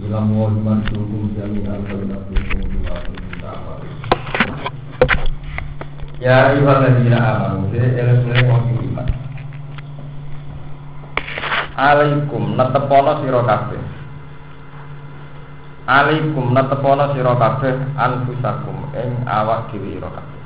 Ilam wa iman sukum jami'an al-nabikum bima kuntum ta'malun. Ya ayyuhalladzina amanu elek-elek wong iman. Alaikum netepono sira kabeh. Alaikum netepono sira kabeh anfusakum ing awak dhewe sira kabeh.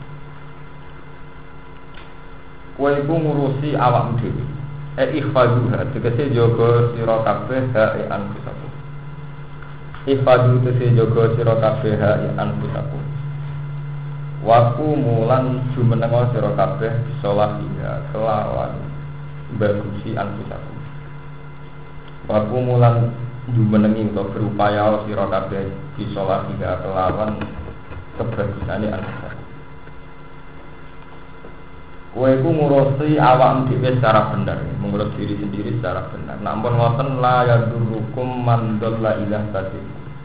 Kowe iku ngurusi awakmu dhewe. Ihfazuha tegese jaga sira kabeh ha anfusakum. Ihfadu tegese jaga sira kabeh ha anfusakum. Waku mulan jumenenga sira kabeh bisolahiya kelawan bagusi anfusakum. Waku mulan jumenengi utawa berupaya sira kabeh bisolahiya kelawan kebagusane anfusakum. Kowe iku ngurusi awakmu dhewe secara benar, mengurus diri sendiri secara benar. Namun ngoten la yadurukum man dalla ila tadi.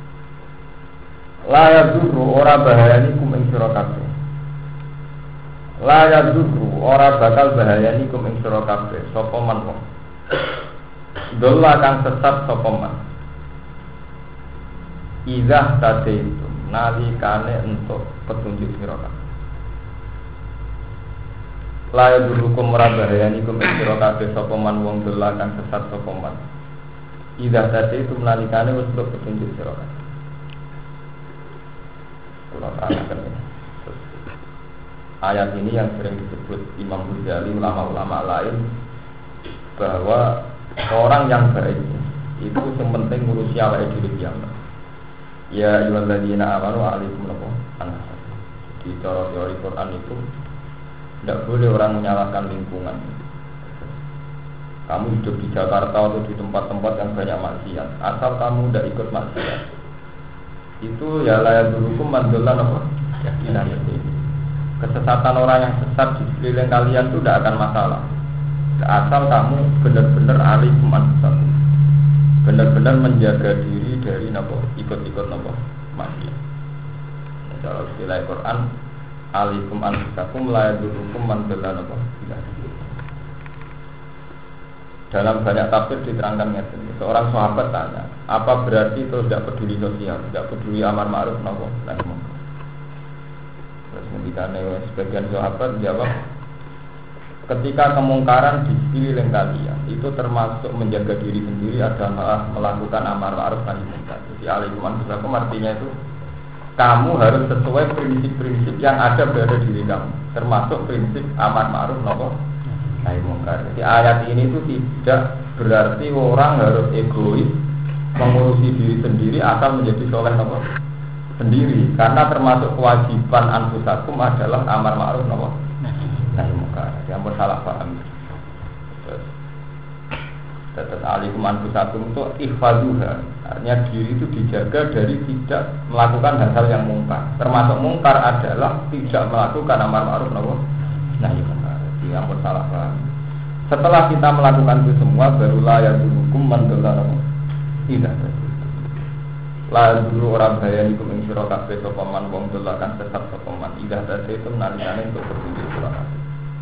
La yadurru ora bahayani kum ing sira kabeh. La yadurru ora bakal bahayani kum ing sira kabeh sapa man wong. Dalla kang sesat sapa man. Idzah tadi itu nalikane entuk petunjuk sira kabeh. La yadurukum ora bahayani kum ing sira kabeh sapa man wong dalla kang sesat sapa man. Idzah tadi itu nalikane wis entuk petunjuk sira kabeh. Ayat ini yang sering disebut Imam Ghazali, ulama-ulama lain, bahwa orang yang baik itu sementing ngurusi awake dhewe piyambak. Ya ayyuhalladzina amanu alaikum anfusakum. Di teori Quran itu tidak boleh orang menyalahkan lingkungan. Kamu hidup di Jakarta atau di tempat-tempat yang banyak maksiat, asal kamu tidak ikut maksiat, itu ya layak durukum mandolan apa? Ya, kesesatan orang yang sesat di sekeliling kalian itu tidak akan masalah. Asal kamu benar-benar alaikum anfusakum, benar-benar menjaga diri dari nopo ikut-ikut nopo maksiat. Kalau istilah Quran, alaikum anfusakum layak durukum mandolan apa? Dalam banyak tafsir diterangkan seorang sahabat tanya, apa berarti itu tidak peduli sosial, tidak peduli amar ma'ruf nahi munkar? Terus ketika sebagian sahabat jawab, ketika kemungkaran di sekeliling kalian itu termasuk menjaga diri sendiri adalah melakukan amar ma'ruf nahi munkar. Jadi alaikum anfusakum artinya itu kamu harus sesuai prinsip-prinsip yang ada pada diri kamu, termasuk prinsip amar ma'ruf nahi munkar. Jadi ayat ini itu tidak berarti orang harus egois mengurusi diri sendiri asal menjadi soleh sendiri, karena termasuk kewajiban anfusakum adalah amar ma'ruf nahi munkar. Yang bersalah paham. Terus alaikum anfusakum itu ihfazuha, artinya diri itu dijaga dari tidak melakukan hal-hal yang mungkar. Termasuk mungkar adalah tidak melakukan amar ma'ruf nahi munkar. Yang bersalah paham. Setelah kita melakukan itu semua, barulah ya hukum mandolan tidak. La dulu orang bayar ikum ing sira kabeh sapa man wong dolakan sesat sapa man. Idah tadi itu nalikane untuk petunjuk sira kabeh.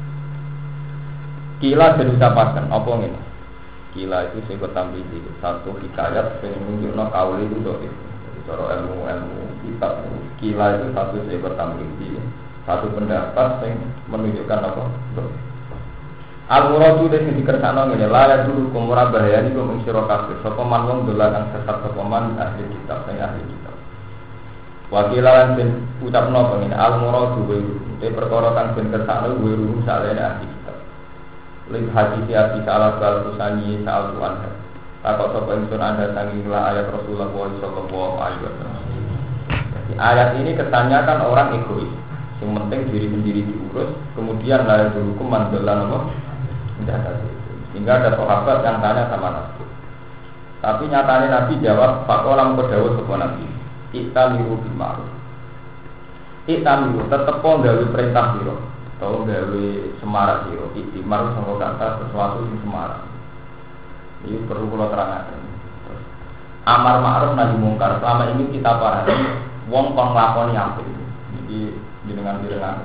Kila diucapaken apa ngene? Kila itu sing tambahi satu hikayat sing nunjukno kaul itu dok. Cara ilmu kitab kila itu satu sing tambahi. Satu pendapat yang menunjukkan apa? Al-Muradu yang dikersakno ngene, la ya dulu kumura bahayani kum ing sira kabeh sapa man wong dolan sesat sapa man ahli kitab sing ahli kitab. Wakilan den ucapno ngene, al-muradu te perkara kang den kersakno wiru salene ahli kitab. Lin hadis ya salah satu sani sa'al tuan. Takok sapa ingsun anda sangilah ayat Rasulullah sallallahu alaihi wasallam. Jadi ayat ini kesannya kan orang egois. Yang penting diri sendiri diurus, kemudian layak berhukum mandolan apa? Tidak ada itu. Sehingga ada sahabat yang tanya sama Nabi. Tapi nyatanya Nabi jawab, Fakolam kodawa sebuah Nabi. Iktamiru bimaru. Iktamiru tetap gawe perintah siro, atau gawe semarak siro. Iktimaru sama kata sesuatu yang semarak. Ini perlu kalau terangkan. Amar ma'ruf nahi munkar. Selama ini kita pahami wong kon nglakoni apik. Jadi jenengan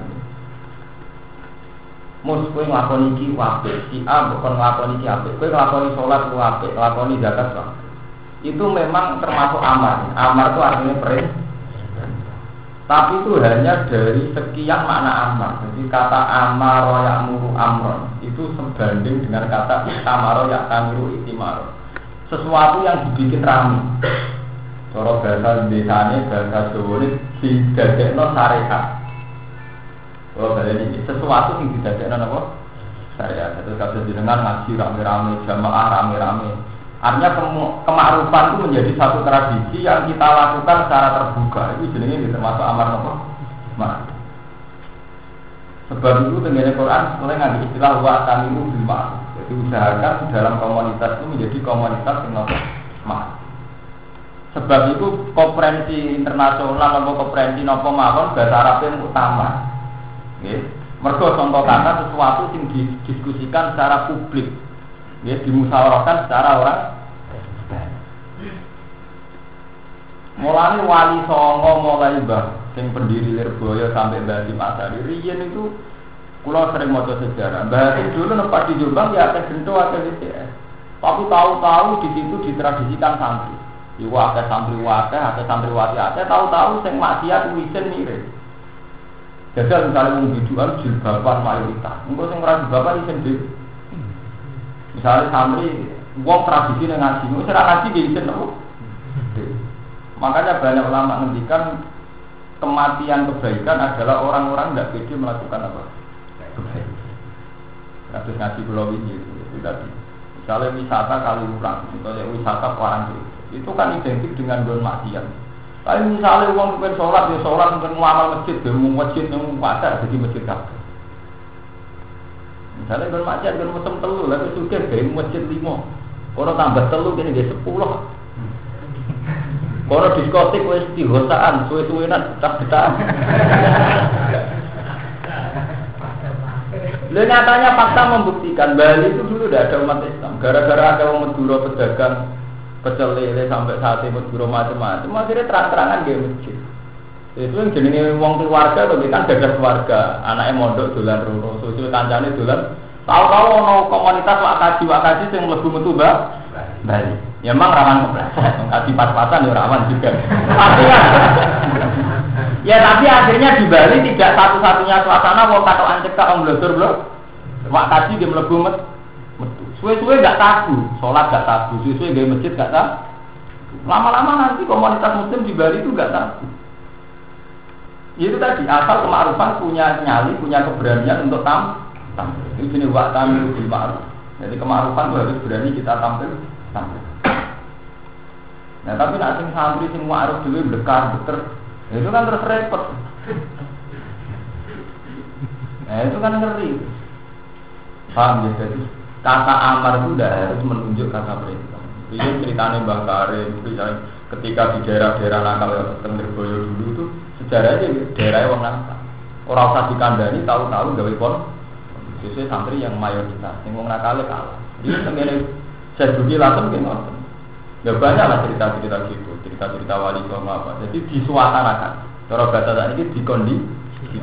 mus kowe nglakoni iki apik, si A kok nglakoni iki apik, kowe nglakoni salat ku apik, nglakoni zakat wae. itu memang termasuk amar. Amar itu artinya perintah. Tapi itu hanya dari sekian makna amar. Jadi kata amaro ya'muru amron itu sebanding dengan kata itamaro ya'tamiru itimaro. Sesuatu yang dibikin rame. Cara bahasa desane, bahasa Jawa ini didadekno syariat. Oh, ini sesuatu yang didadekno apa? Syariat. Itu kata jenengan ngaji rame-rame, jamaah rame-rame. Artinya kemakrufan itu menjadi satu tradisi yang kita lakukan secara terbuka. Itu jenenge termasuk amar apa? Ma'ruf. Sebab itu dengan Al-Quran mulai ngambil istilah wa'tamiru bil ma'ruf. Jadi usahakan dalam komunitas itu menjadi komunitas yang ma'ruf. Sebab itu konferensi internasional atau konferensi nopo mawon bahasa Arab yang utama. Nggih. Mergo contoh kata sesuatu yang didiskusikan secara publik. Ya, dimusyawarahkan secara orang. Mulai Wali Songo mulai Mbah sing pendiri Lirboyo sampai Mbah Asari riyen itu kula sering maca sejarah. Mbah dulu nempat di Jombang ya akeh gento akeh DPR. Tapi tahu-tahu di situ ditradisikan santri. Iku akeh santriwati akeh tahu-tahu sing maksiat wisen mirip. Jadi misalnya wong biduan jilbaban mayoritas. Engko sing ora jilbaban isen dhewe. Misalnya santri, wong tradisi yang ngaji, wong serang ngaji gak bisa Makanya banyak ulama ngendikan kematian kebaikan adalah orang-orang tidak pede melakukan apa? Kebaikan. Kasus ngaji pulau ini itu tadi. Misalnya wisata Kaliurang, misalnya wisata Parang itu kan identik dengan don maksiat. Tapi misalnya uang bukan sholat, ya sholat untuk ngamal masjid, mau masjid, mau pasar, jadi masjid kabeh. Misalnya kalau macet, kalau musim telu, lalu sudah gaya masjid 5. Kalau tambah telu, ini gaya 10. Kalau diskotik, wes dihosaan, suwe-suwenan, betah-betahan. Nyatanya fakta membuktikan Bali itu dulu tidak ada umat Islam. Gara-gara ada orang Madura pedagang pecel lele sampai sate Madura macam-macam, akhirnya terang-terangan gaya masjid. Itu yang jenenge wong keluarga lho kan gagas keluarga, anake mondok dolan rono, susul kancane dolan. Tahu-tahu ono komunitas wakaji sing mlebu metu Bali. Ya memang rawan kepleset, kaji pas-pasan ya rawan juga. Tapi akhirnya di Bali tidak satu-satunya suasana wong katokan cekak wong blodor lho. Wakaji dia mlebu metu. Suwe-suwe enggak tabu, salat enggak tabu, suwe-suwe gawe masjid enggak tabu. Lama-lama nanti komunitas muslim di Bali itu enggak tabu. Itu tadi asal kemakrufan punya nyali, punya keberanian untuk tampil. Ini jenis wa'tamiru bil ma'ruf. Jadi kemakrufan itu harus berani kita tampil. Nah tapi nak sing santri sing ma'ruf dulu beter, itu kan terus repot. Nah itu kan ngeri. Paham ya? Jadi kata amar itu udah harus menunjuk kata perintah. Ini ceritanya Mbah Karim, ketika di daerah-daerah nakal yang Lirboyo dulu itu sejarahnya daerahnya orang nakal. Orang usah dikandani, tahu-tahu gawe pon. Sesuai santri yang mayoritas, yang orang nakal kalah. Jadi sebenarnya saya dulu langsung gimana? Ya banyak lah cerita-cerita gitu, cerita-cerita wali songo apa. Jadi disuasanakan. Cara bahasa tadi ini dikondisi.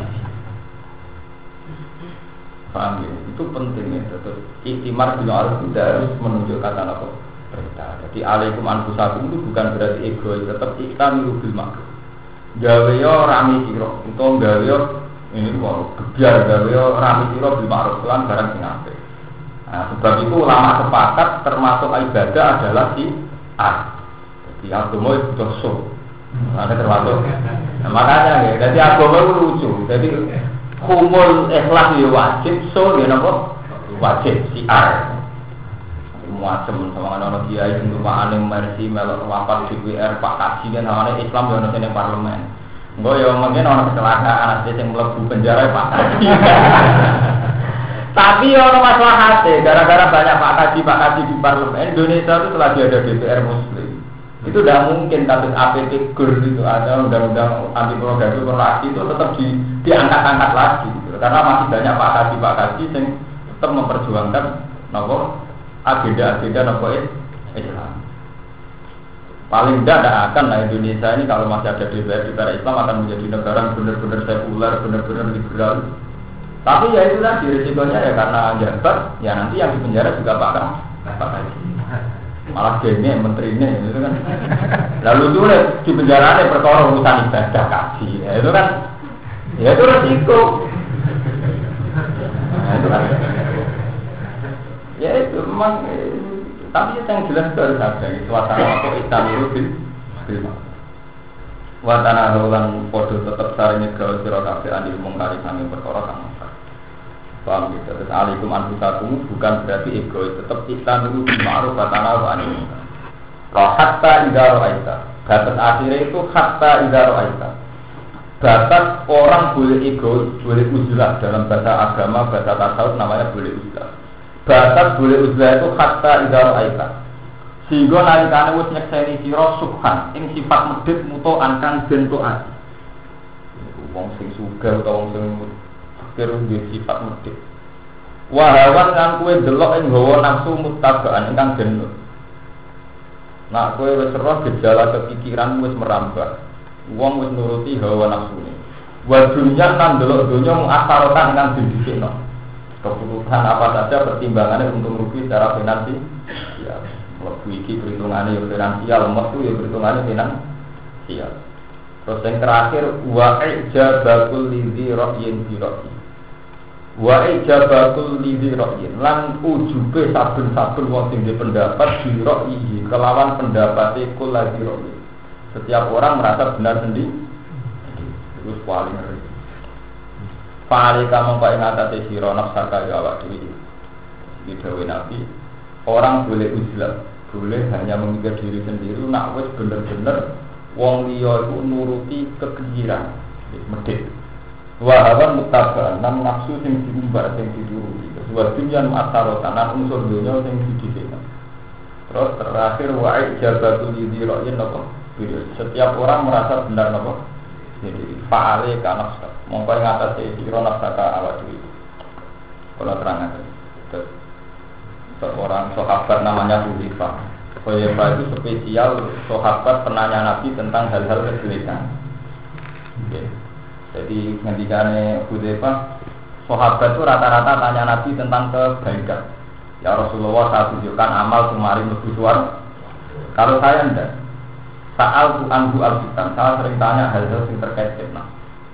Paham ya? Itu penting ya. Terus iktimar bil ma'ruf itu harus menunjuk kata apa? Perintah. Jadi alaikum anfusakum itu bukan berarti egois, tetap iktamiru bil ma'ruf. Gawe yo rame sira, utawa gawe yo ini kok gebyar gawe yo rame sira bil ma'ruf lan barang sing apik. Nah, sebab itu ulama sepakat termasuk ibadah adalah jadi agama itu dosa. Ada termasuk. Nah, makanya ya, jadi agama itu lucu. Jadi kumul ikhlas ya wajib, so ya napa? Wajib siar. Macam sama anak kiai sing rumakane mersi melok wafat DPR Pak Kaji kan namanya Islam yo ono sing parlemen. Engko yo mungkin ono kecelakaan ada sing mlebu penjara Pak Kaji. Tapi ono masalah hati gara-gara banyak Pak Kaji di parlemen Indonesia itu selagi ada DPR Muslim. Itu tidak mungkin kasus APT GUR itu ada undang-undang anti pornografi itu tetap diangkat-angkat lagi gitu. Karena masih banyak Pak Kaji yang tetap memperjuangkan nopo agenda-agenda nopo Islam. Paling tidak akan lah Indonesia ini kalau masih ada DPR Islam akan menjadi negara yang benar-benar sekuler, benar-benar liberal. Tapi ya itu tadi risikonya ya karena jabat, ya nanti yang di penjara juga Pak Kaji. Malah gene menterine itu kan. Lalu itu di penjara perkara urusan ibadah kaji. Ya, itu kan ya itu resiko. Nah, itu kan. Ya itu memang tapi yang jelas harus ada suasana waktu Islam itu bil wacana ulang podo tetap saring gawe sira kabeh anil mungkari sami perkara kang mungkar. Paham gitu. Terus alikum anfusakum bukan berarti egois, tetap Islam itu ma'ruf wacana wa anil mungkar. Hatta idza ra'aita. Batas akhirnya itu hatta idza ra'aita. Batas orang boleh egois, boleh uzlah dalam bahasa agama, bahasa tasawuf namanya boleh uzlah. Batas boleh uzlah itu hatta idza ra'aita. Sehingga nalikane wis nyekseni sira subhan ing sifat medhit mutoan kang den taat. Wong sing sugih utawa wong sing fakir duwe sifat medhit. Wahawan kan kowe delok ing hawa nafsu mutabaan ingkang den. Nah kowe wis roh gejala kepikiran wis merambah. Wong wis nuruti hawa nafsune. Wa dunya nang delok donya mung asarotan ingkang didhisikno. Keputusan apa saja pertimbangannya untuk rugi secara finansial. Ya. Waktu ini perhitungannya yang finansial, waktu yang perhitungannya finansial. Terus yang terakhir, wa'ijabakul lidhi ro'yin biro'yi. Wa'ijabakul lidhi ro'yin. Lan ujube sabun-sabun wong sing pendapat biro'yi kelawan pendapatnya kulladhi ro'yi. Setiap orang merasa benar sendiri. Terus paling ngeri. Fa'alika mengkau ingatasi siro nafsaka ya awak diri. Di dawe Nabi, orang boleh uzlah, boleh hanya memikir diri sendiri. Nak wis bener-bener wong liya iku nuruti kekejiran, medhit. Wahawan mutabaan nan nafsu sing diumbar sing dituruti. Wa dunya ma'tarotan nan unsur dunya sing didhisikno. Terus terakhir wa ijabatul lidhi ra'yin apa? Setiap orang merasa benar apa? Jadi fa'ale ka nafsa. Mongko ing atase sira nafsaka awak dhewe. Kalau terangkan. Seorang sahabat namanya Hudzaifah. Hudzaifah itu spesial sahabat penanya Nabi tentang hal-hal kejelekan. Okay. Jadi ngendikane Hudzaifah, sahabat itu rata-rata tanya Nabi tentang kebaikan. Ya Rasulullah, saya tunjukkan amal kemarin lebih suar. Kalau saya enggak. Sa'al tu'anhu al-fitan. Saya sering tanya hal-hal yang terkait fitnah.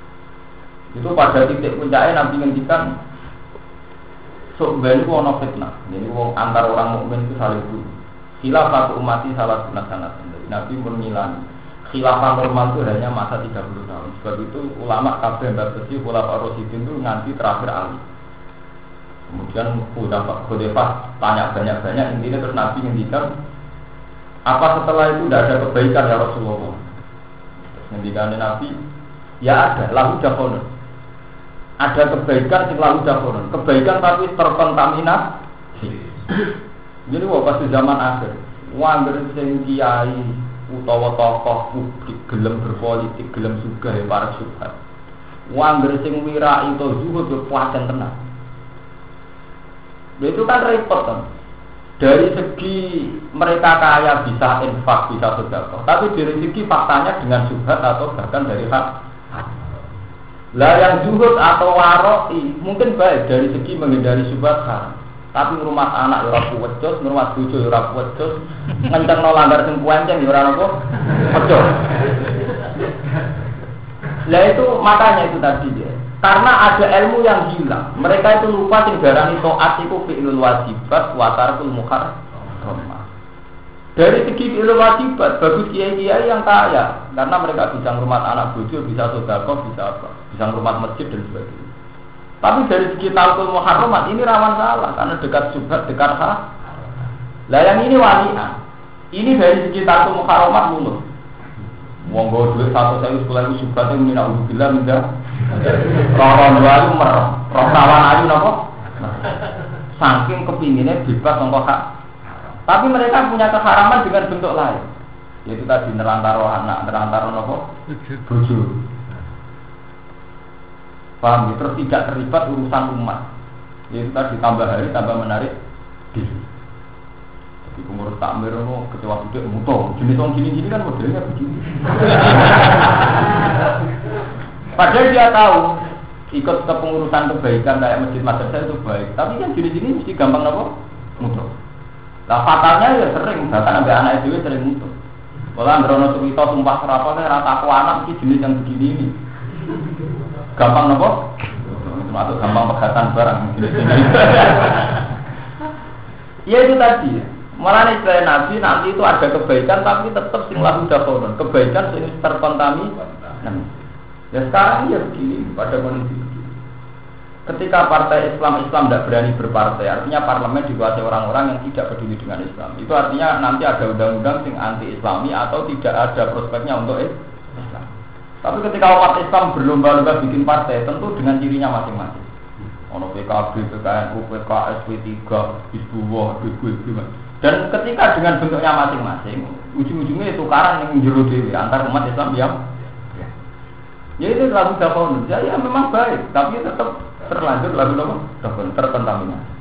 Itu pada titik puncaknya Nabi ngendikan sebenarnya itu ada fitnah. Jadi antar orang mukmin itu saling bunuh. Khilafah umati salah sunat sanat. Nabi menilai khilafah normal itu hanya masa 30 tahun. Sebab itu ulama kabeh batasi khulafah Rasyidin itu nanti terakhir Ali. Kemudian Hudzaifah tanya banyak-banyak, intinya terus Nabi ngendikan apa setelah itu tidak ada kebaikan ya Rasulullah? Ngendikan Nabi, ya ada, lahu jafonun. Ada kebaikan sing lahu jafonun. Kebaikan tapi terkontaminasi. Jadi pas zaman akhir, wong sing kiai utawa tokoh publik gelem berpolitik, gelem sugih para subhat. Wong sing wirai to zuhud yo kuwaten tenan. Itu kan repot kan. Dari segi mereka kaya bisa infak, bisa sedekah, tapi dari segi faktanya dengan subhat atau bahkan dari hak. Lah yang zuhud atau waroi mungkin baik dari segi menghindari subhat haram. Tapi rumah anak ya ora kuwecus, rumah bojo ya ora kuwecus, ngencengno langgar sing kuwenceng ya ora apa? Pecus. Lah itu makanya itu tadi dia. Karena ada ilmu yang hilang. Mereka itu lupa sing darani taat iku fi'lul wajibat wa tarkul muharram. Dari segi fi'lul wajibat bagus kiai-kiai yang kaya karena mereka bisa ngurmat anak bojo, bisa sedekah, bisa apa? Bisa ngurmat masjid dan sebagainya. Tapi dari segi tarkul muharram ini rawan salah karena dekat subhat, dekat hak. Lah yang ini walian. Ini dari segi tarkul muharram lulus. Wong go duit 1.000 sekolah itu subhatnya minta uzubillah minta roh ayu merah, roh kawan ayu nopo. Saking kepinginnya bebas nongko hak. Tapi mereka punya keharaman dengan bentuk lain. Yaitu tadi nerantaro anak, nerantaro nopo bojo. Paham? Terus tidak terlibat urusan umat. Yaitu tadi tambah hari tambah menarik diri. Jadi pengurus takmir itu ketua budek muto. Jenis orang gini-gini kan modelnya begini. Padahal dia tahu ikut kepengurusan kebaikan kayak masjid madrasah itu baik, tapi kan jenis ini mesti gampang apa? Mutlak. Lah fatalnya ya sering, bahkan sampai anak itu sering muncul. Kalau androno cerita sumpah serapa saya rata aku anak ini jenis yang begini ini. Gampang nopo? Termasuk gampang pegatan barang. Ya itu tadi. Malah istilah Nabi nanti itu ada kebaikan tapi tetap sing lahu dakhon. Kebaikan sing terkontaminasi. Ya sekarang ya begini pada kondisi begini. Ketika partai Islam tidak berani berpartai, artinya parlemen dikuasai orang-orang yang tidak peduli dengan Islam. Itu artinya nanti ada undang-undang yang anti-Islami atau tidak ada prospeknya untuk Islam. Tapi ketika umat Islam berlomba-lomba bikin partai, tentu dengan cirinya masing-masing. Ono PKB, PKNU, PKS, P3, Hizbullah, BGB. Dan ketika dengan bentuknya masing-masing, ujung-ujungnya tukaran yang jero dhewe antar umat Islam yang ya itu lagu dakwah. Ya memang baik, tapi tetap terlanjur lagu terkontaminasi.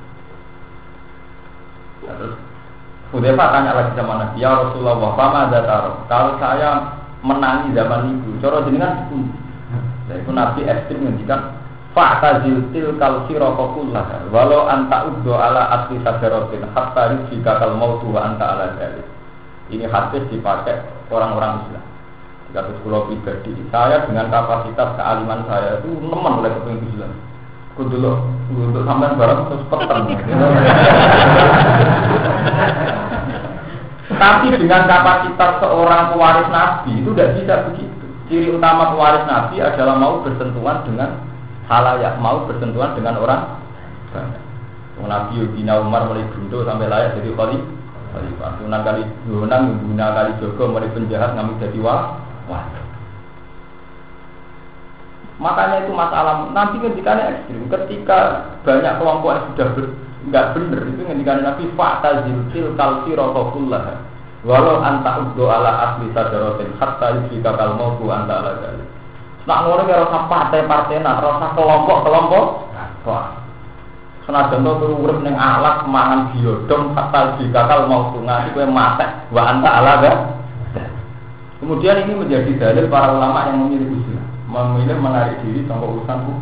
Terus Hudzaifah tanya lagi sama Nabi, ya Rasulullah, fama dzataro. Kalau saya menangi zaman itu, cara jenengan pun. Itu Nabi ekstrim ngendikan fa'tazil tilkal sirqa kullah walau anta uddo ala asli sajaratin hatta yujika kal mautu wa anta ala dzalik. Ini hadis dipakai orang-orang Islam. Jika sekolah pribadi, saya dengan kapasitas kealiman saya itu nemen oleh kepengen Islam. Untuk sampai barang terus peteng. Tapi dengan kapasitas seorang pewaris Nabi itu tidak bisa begitu. Ciri utama pewaris Nabi adalah mau bersentuhan dengan halayak, mau bersentuhan dengan orang banyak. Nabi Yudina Umar mulai bundo sampai layak jadi khalifah. Sunan kali Gunung, Buna kali Jogo mulai penjahat ngambil jadi wah. Makanya itu masalah nanti ketika ekstrim, ketika banyak kelompok yang sudah nggak benar itu ketika Nabi fa'tazil tilkal sirqa kullah walau anta uddo ala asli sajaratin hatta yusika kal mautu anta ala dzalik. Nak ngono karo partai-partainan, rasa kelompok-kelompok. Wah. Senajan to urip ning alat mangan biodong hatta yusika kal mautu ngati kowe mate wa anta ala dzalik. Kemudian ini menjadi dalil para ulama yang memilih Islam, memilih menarik diri contoh urusan hukum.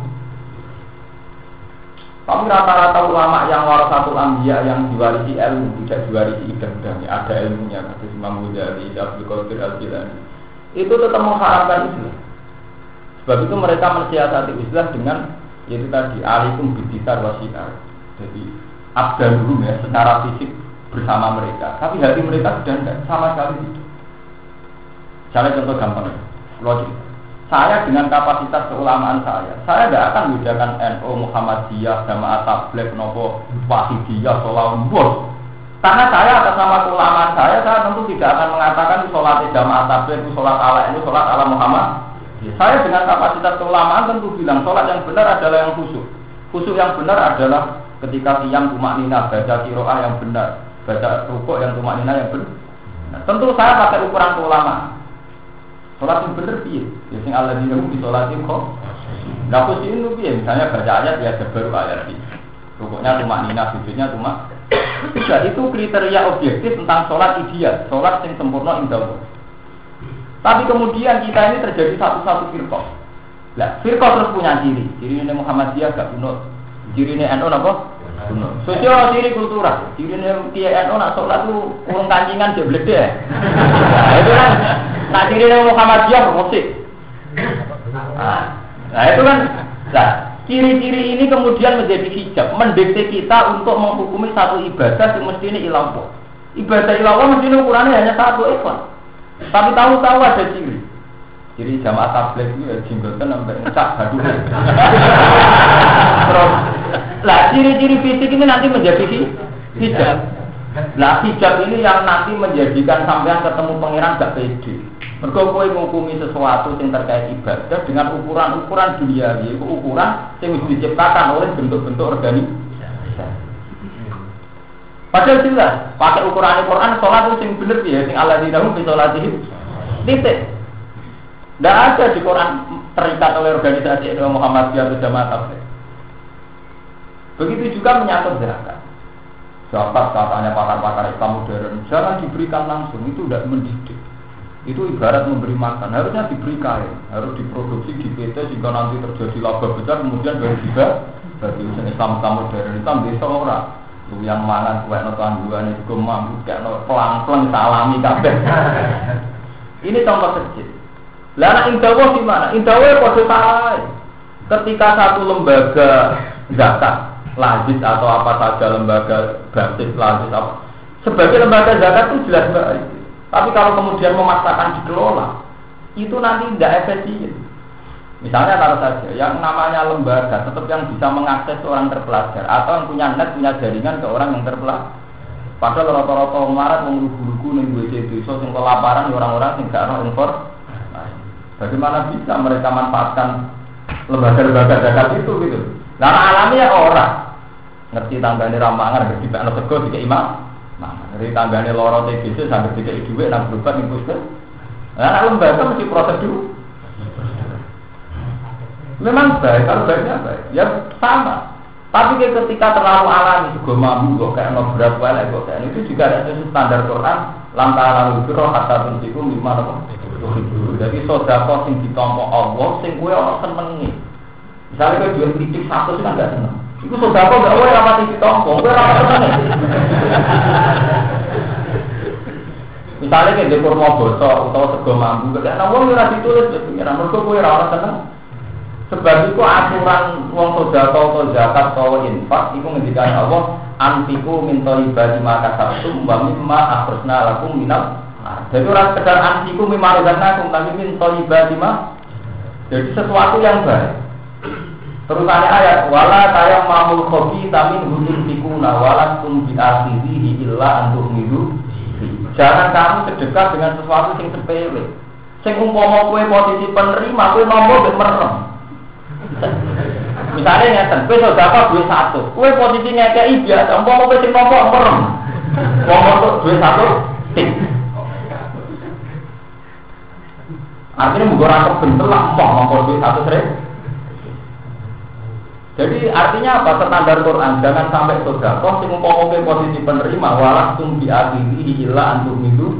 Tapi rata-rata ulama yang warasatul anbiya yang diwarisi ilmu, tidak diwarisi ibadah, ada ilmunya, seperti Imam Ghazali, Abdul Qadir Al-Jilani, itu tetap mengharapkan Islam. Sebab itu mereka mensiasati Islam dengan yaitu tadi alaikum bidisar wasiar. Jadi abdaluhum ya secara fisik bersama mereka, tapi hati mereka sudah tidak sama sekali itu. Saya contoh gampang, logik. Saya dengan kapasitas keulamaan saya tidak akan membedakan NU, Muhammadiyah, Jamaah Tabligh, Nopo, Wahidiyah, Solawambul. Karena saya atas nama keulamaan saya tentu tidak akan mengatakan sholat Jamaah Tabligh itu sholat ala ini, sholat ala Muhammad. Saya dengan kapasitas keulamaan tentu bilang sholat yang benar adalah yang khusyuk. Khusyuk yang benar adalah ketika qiyam tumakninah, baca qiraah yang benar, baca rukuk yang tumakninah yang benar. Nah, tentu saya pakai ukuran keulamaan. Sholat yang bener piye? Ya sing Allah dinamu di sholatin kok. Lah khusyuk itu piye? Misalnya baca ayat ya baru ayat iki. Rukuknya tumakninah, sujudnya tumak. Itu kriteria objektif tentang sholat ideal, sholat yang sempurna indah. Tapi kemudian kita ini terjadi satu-satu firqah. Lah, firqah terus punya ciri. Ciri ini Muhammadiyah gak kunut. Ciri ini NU apa? Kunut. Sosial ciri kultural. Ciri ini Kiai NU nak sholat itu urung kancingan dia blede. Nah, itu kan. Nah, ciri ini Muhammadiyah musik. Nah, itu kan. Nah, ciri-ciri ini kemudian menjadi hijab, mendikte kita untuk menghukumi satu ibadah yang mestinya ilallah. Ibadah ilallah mestinya ukurannya hanya satu ikhlas. Tapi tahu-tahu ada ciri. Ciri jamaah tabligh itu ya jenggotan sampai ngecak gaduh. Terus, lah ciri-ciri fisik ini nanti menjadi hijab. Lah hijab ini yang nanti menjadikan sampean ketemu pangeran gak pede. Mergo kowe ngukumi sesuatu yang terkait ibadah dengan ukuran-ukuran dunia, yaitu ukuran yang diciptakan oleh bentuk-bentuk organisasi. Padahal jelas, pakai ukuran Al-Quran, sholat itu yang benar ya, yang Allah didahulu di sholat itu titik. Tidak ada di Quran terikat oleh organisasi Muhammadiyah atau Jamaah Tabligh. Begitu juga menyangkut zakat. Zakat katanya pakar-pakar Islam modern, jangan diberikan langsung, itu tidak mendidik. Itu ibarat memberi makan, harusnya diberi kain, harus diproduksi di PT jika nanti terjadi laba besar, kemudian baru juga bagi Islam modern, Islam desa orang. Lu yang mangan kue notan dua nih gue mampu kayak pelang-pelang salami kabeh. Ini contoh kecil. Lah anak indawa gimana? Indawa kode salah. Ketika satu lembaga zakat lazis atau apa saja lembaga basis lazis apa sebagai lembaga zakat itu jelas baik. Tapi kalau kemudian memaksakan dikelola, itu nanti tidak efisien. Misalnya taruh saja, yang namanya lembaga tetap yang bisa mengakses orang terpelajar atau yang punya net, punya jaringan ke orang yang terpelajar. Padahal rata-rata marat menguluh-uluh ning WC desa sing kelaparan orang-orang sing gak ono impor. Bagaimana bisa mereka manfaatkan lembaga-lembaga zakat itu gitu? Nah alamiah orang ngerti tanggane ramangan ngerti tak ono sego dikek imam. Nah, ngerti tanggane loro TBC sampai dikek dhuwit nang berobat ning puskes. Nah lembaga mesti prosedur. Memang baik, kalau baiknya baik, ya sama. Tapi ketika terlalu alami, juga mampu, kok kayak berat banget, kok kayak itu juga ada standar Quran. Lantaran itu roh kata tuntiku lima nopo. Jadi sodako sing ditompo Allah, sing kue orang senengi. Misalnya kue jual titik satu sih kan nggak seneng. Itu sodako nggak kue rapati ditompo, kue rapati seneng. Misalnya kayak di kurma bosok atau sego mampu, kayak nawang ora ditulis, pengiran mereka kue orang seneng. Sebab itu aturan wong sedekah atau zakat atau infak iku ngendikane Allah antiku min thayyibati ma kasabtum wa mimma akhrajna lakum minal. Jadi ora sekedar antiku mimma razaqnakum tapi min thayyibati ma. Jadi sesuatu yang baik. Terus ada ayat wala tayammamul khabitha min hunfikuna wala tum bi akhirihi illa antum midu. Jangan kamu sedekah dengan sesuatu yang sepele. Sing umpama kowe posisi penerima kowe nomor mbek merem. Misalnya ngeten, kowe sedekah duit 1. Kowe posisi ngekeki biasa, umpama kowe sing nomor merem. Nomor duit 1 tik. Artinya mung ora kebentel lah nomor duit 1 sering. Jadi artinya apa? Standar Quran jangan sampai sedekah sing umpama kowe posisi penerima walakum bi akhirihi illa antum midu.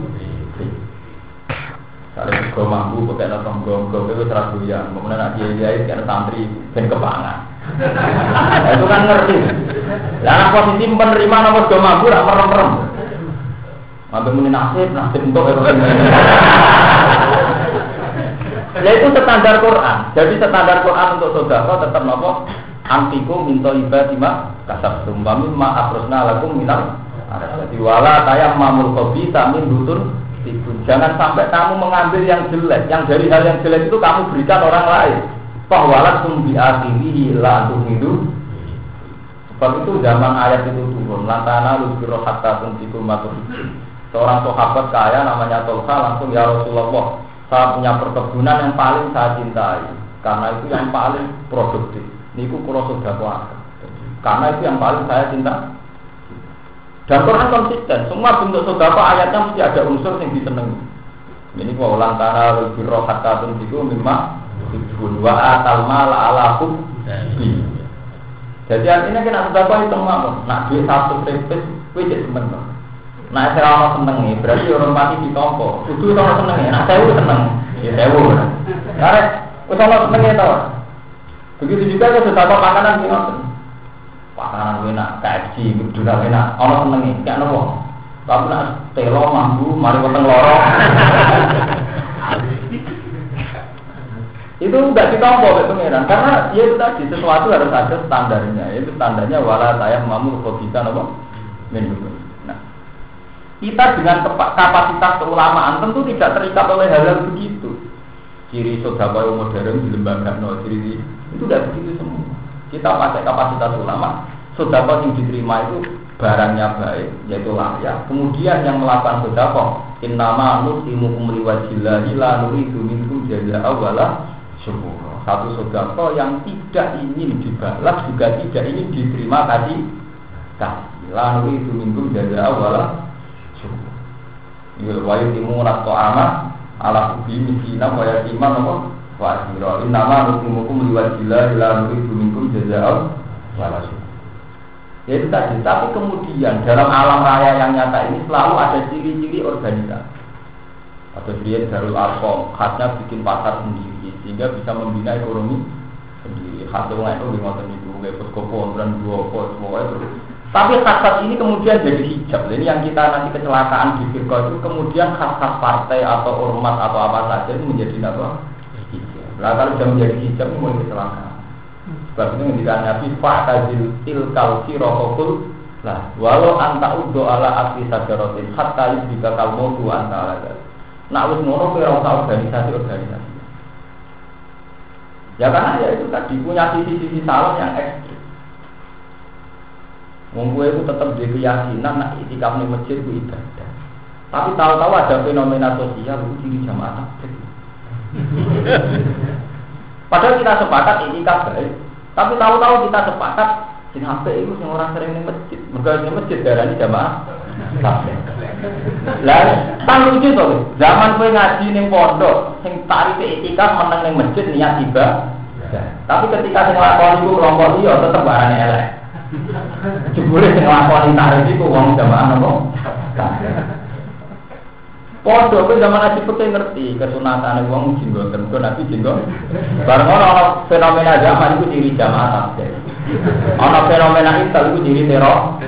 Kalau juga mampu, pakai nonton gom-gom itu terlalu ya. Kemudian nak dia kayak santri dan kepangan. Nah, itu kan ngerti. Lah posisi penerima nomor gom mampu, tak merem-merem. Mampu muni nasib untuk ya itu standar Quran. Jadi standar Quran untuk sedekah tetap nopo antiku minta ibadimah kasab sumbami ma akrosna lakum minal. Jadi wala tayammamul khabitha min dutun. Jangan sampai kamu mengambil yang jelek, yang dari hal yang jelek itu kamu berikan orang lain. Bahwa tumbi akhirihi la antum hidup. Sebab itu zaman ayat itu turun. Lantana luzbiro hatta tuntikum matuhikum. Seorang sahabat kaya namanya Tolha langsung ya Rasulullah, saya punya perkebunan yang paling saya cintai karena itu yang paling produktif. Niku kula sedekah. Karena itu yang paling saya cinta. Dan Quran konsisten, semua bentuk sedekah ayatnya mesti ada unsur yang disenangi. Ini wa lantana birro hatta tuntiku mimma tuhibbun wa atal mal ala hubbi. Jadi artinya kena sedekah itu mawon. Nak duit 1 tripis kuwi cek semeneng. Nak ora ono senenge, berarti orang mati ditompo. Kudu ono senenge, nak 1000 seneng. Ya 1000. Karena wis ono senenge to. Begitu juga kalau sedekah makanan ki ngoten. Pakanan enak, KFC, dunia enak, orang senengi, kayak nopo. Tapi nak telo mampu, mari potong lorong. Itu tidak ditompo oleh pengiran, karena ya itu tadi sesuatu harus ada standarnya. Itu standarnya wala saya mampu kok bisa nopo minum. Nah, kita dengan kapasitas keulamaan tentu tidak terikat oleh hal-hal begitu. Ciri sedekah modern di lembaga ciri itu tidak begitu semua. Kita pakai kapasitas ulama, sedekah yang diterima itu barangnya baik, yaitu layak. Kemudian yang melakukan sedekah, innama nusimukum liwajillahi la nuridu minkum jazaa'a wala syukura. Satu sedekah yang tidak ingin dibalas juga tidak ingin diterima kasih. La nuridu minkum jazaa'a wala syukura. Wa yutimuna ta'ama ala hubbi miskina wa yatiman apa? Wa sira innama nusimukum liwajillahi la nuridu minkum jazaa'a wala syukur. Itu tadi, tapi kemudian dalam alam raya yang nyata ini selalu ada ciri-ciri organisasi. Atau dia Darul Arqam, khasnya bikin pasar sendiri sehingga bisa membina ekonomi sendiri. Khasnya itu di ngoten itu, kayak poskopo dan dua pos, pokoknya terus. Tapi khas-khas ini kemudian jadi hijab. Ini yang kita nanti kecelakaan di firqah itu kemudian khas-khas partai atau ormas atau apa saja itu menjadi apa? Hijab. Nah kalau sudah menjadi hijab itu mulai kecelakaan. Sebab itu ketika Nabi fa'tazil tilkal sirokul lah walau anta uddo ala asli sajaratin hatta yusbika kalmodu anta ala. Nak wis ngono kowe ora organisasi. Ya karena ya itu tadi punya sisi-sisi salah yang ekstrim. Wong kowe itu tetap di keyakinan nak itikaf ning masjid ku ibadah. Tapi tahu-tahu ada fenomena sosial itu di jamaah takbir. Padahal kita sepakat itikaf baik, tapi tahu-tahu kita sepakat sing apik iku sing ora sering ning masjid. Mergo ning masjid darani jamaah takbir. Lah, kan lucu to. Zaman kowe ngaji ning pondok, sing tarife itikaf meneng ning masjid niat ibadah. Tapi ketika sing lakoni iku kelompok liya tetep barane elek. Jebule sing lakoni tarif iku wong jamaah napa? Podo kowe zaman ngaji pekeh ngerti kesunatane wong jenggoten, kok nabi jenggot. Bareng ana fenomena zaman iku diri jamaah takbir. Ana fenomena Islam iku diri teror.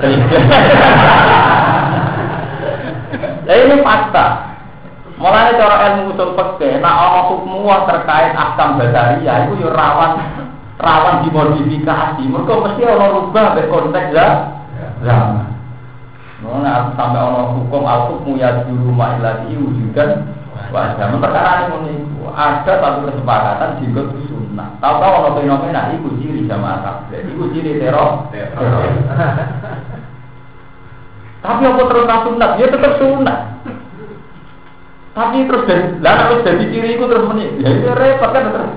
Lah ini fakta. Mulane cara ilmu usul fikih, nek ana hukum terkait ahkam basyariah iku yo rawan dimodifikasi. Mergo mesti ana rubah mek konteks zaman. Nah, sampai ana hukum al-hukmu ya dulu ma'ilati wujudan wa zaman perkara ini ada satu kesepakatan jika itu sunnah. Tahu-tahu ana fenomena iku ciri jamaah takbir, iku ciri teror. Tapi apa terus sunat? Ya tetap sunat. Tapi terus dari ciri itu terus ya itu repot kan terus.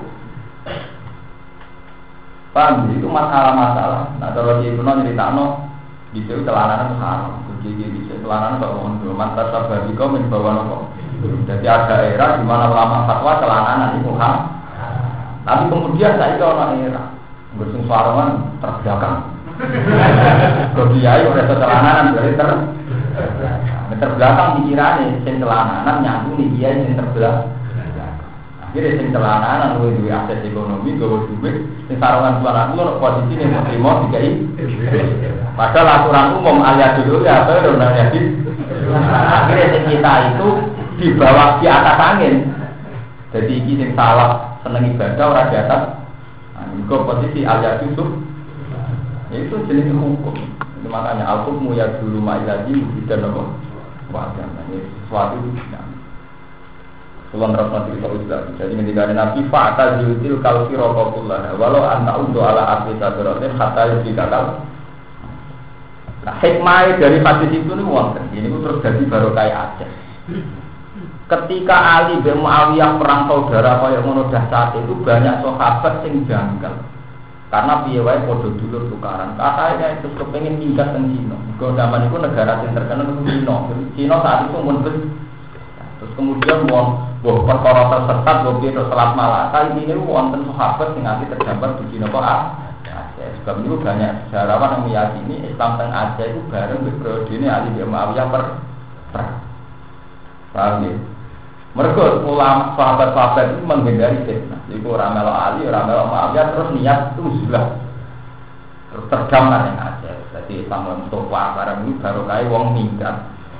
Paham? Itu masalah-masalah. Nah kalau di Ibnu nyeritakno di situ celananan haram. Jadi di celananan kok ngono. Mantas sabari kau membawa nopo. Jadi ada era di mana ulama fatwa celananan itu haram. Tapi kemudian saya ono era bersing sarungan terbelakang. Kiai udah celananan dari terbelakang pikirane sing celananan nyambung nih kiai sing terbelakang. Akhirnya sing celananan luwih duwe akses ekonomi, gawe duit, sing sarungan celana lu posisi ning terima dikai. Padahal aturan umum alias dulu ya apa udah jadi. Akhirnya sing kita itu di bawah di atas angin. Jadi iki sing salah seneng ibadah ora di atas. Nah, posisi alias itu itu jenis hukum. Itu makanya al-hukmu ya dulu ma'ilaji dan apa? Wajar. Ini sesuatu yang Tuhan rahmat kita usah. Jadi ketika Nabi fa'ata yutil kalfi rokokullah walau anta undo ala arti sadrotin hatta yuti kakal. Nah hikmah dari hadis itu nih wonten. Ini terus jadi baru kayak aja. Ketika Ali bin Muawiyah perang saudara kaya ngono dahsyat itu banyak sahabat sing janggal. Karena piye wae padha dulur tukaran. Katanya itu kepengin minggat teng Cina. Mergo zaman iku negara sing terkenal itu Cina. Cina saat itu mun terus kemudian wong perkara tersesat wong piye Selat Malaka ini wonten sahabat sing ati terdampar di Cina kok Aceh. Sebab itu banyak sejarawan yang meyakini Islam teng Aceh itu bareng periode Ali bin Muawiyah perang. Paham ya? Mereka ulama sahabat-sahabat itu menghindari fitnah. Jadi orang melok Ali, orang melok Muawiyah terus niat itu sudah terus terdampak yang Aceh. Jadi Islam Mustafa barang ini baru kayak wong minggat.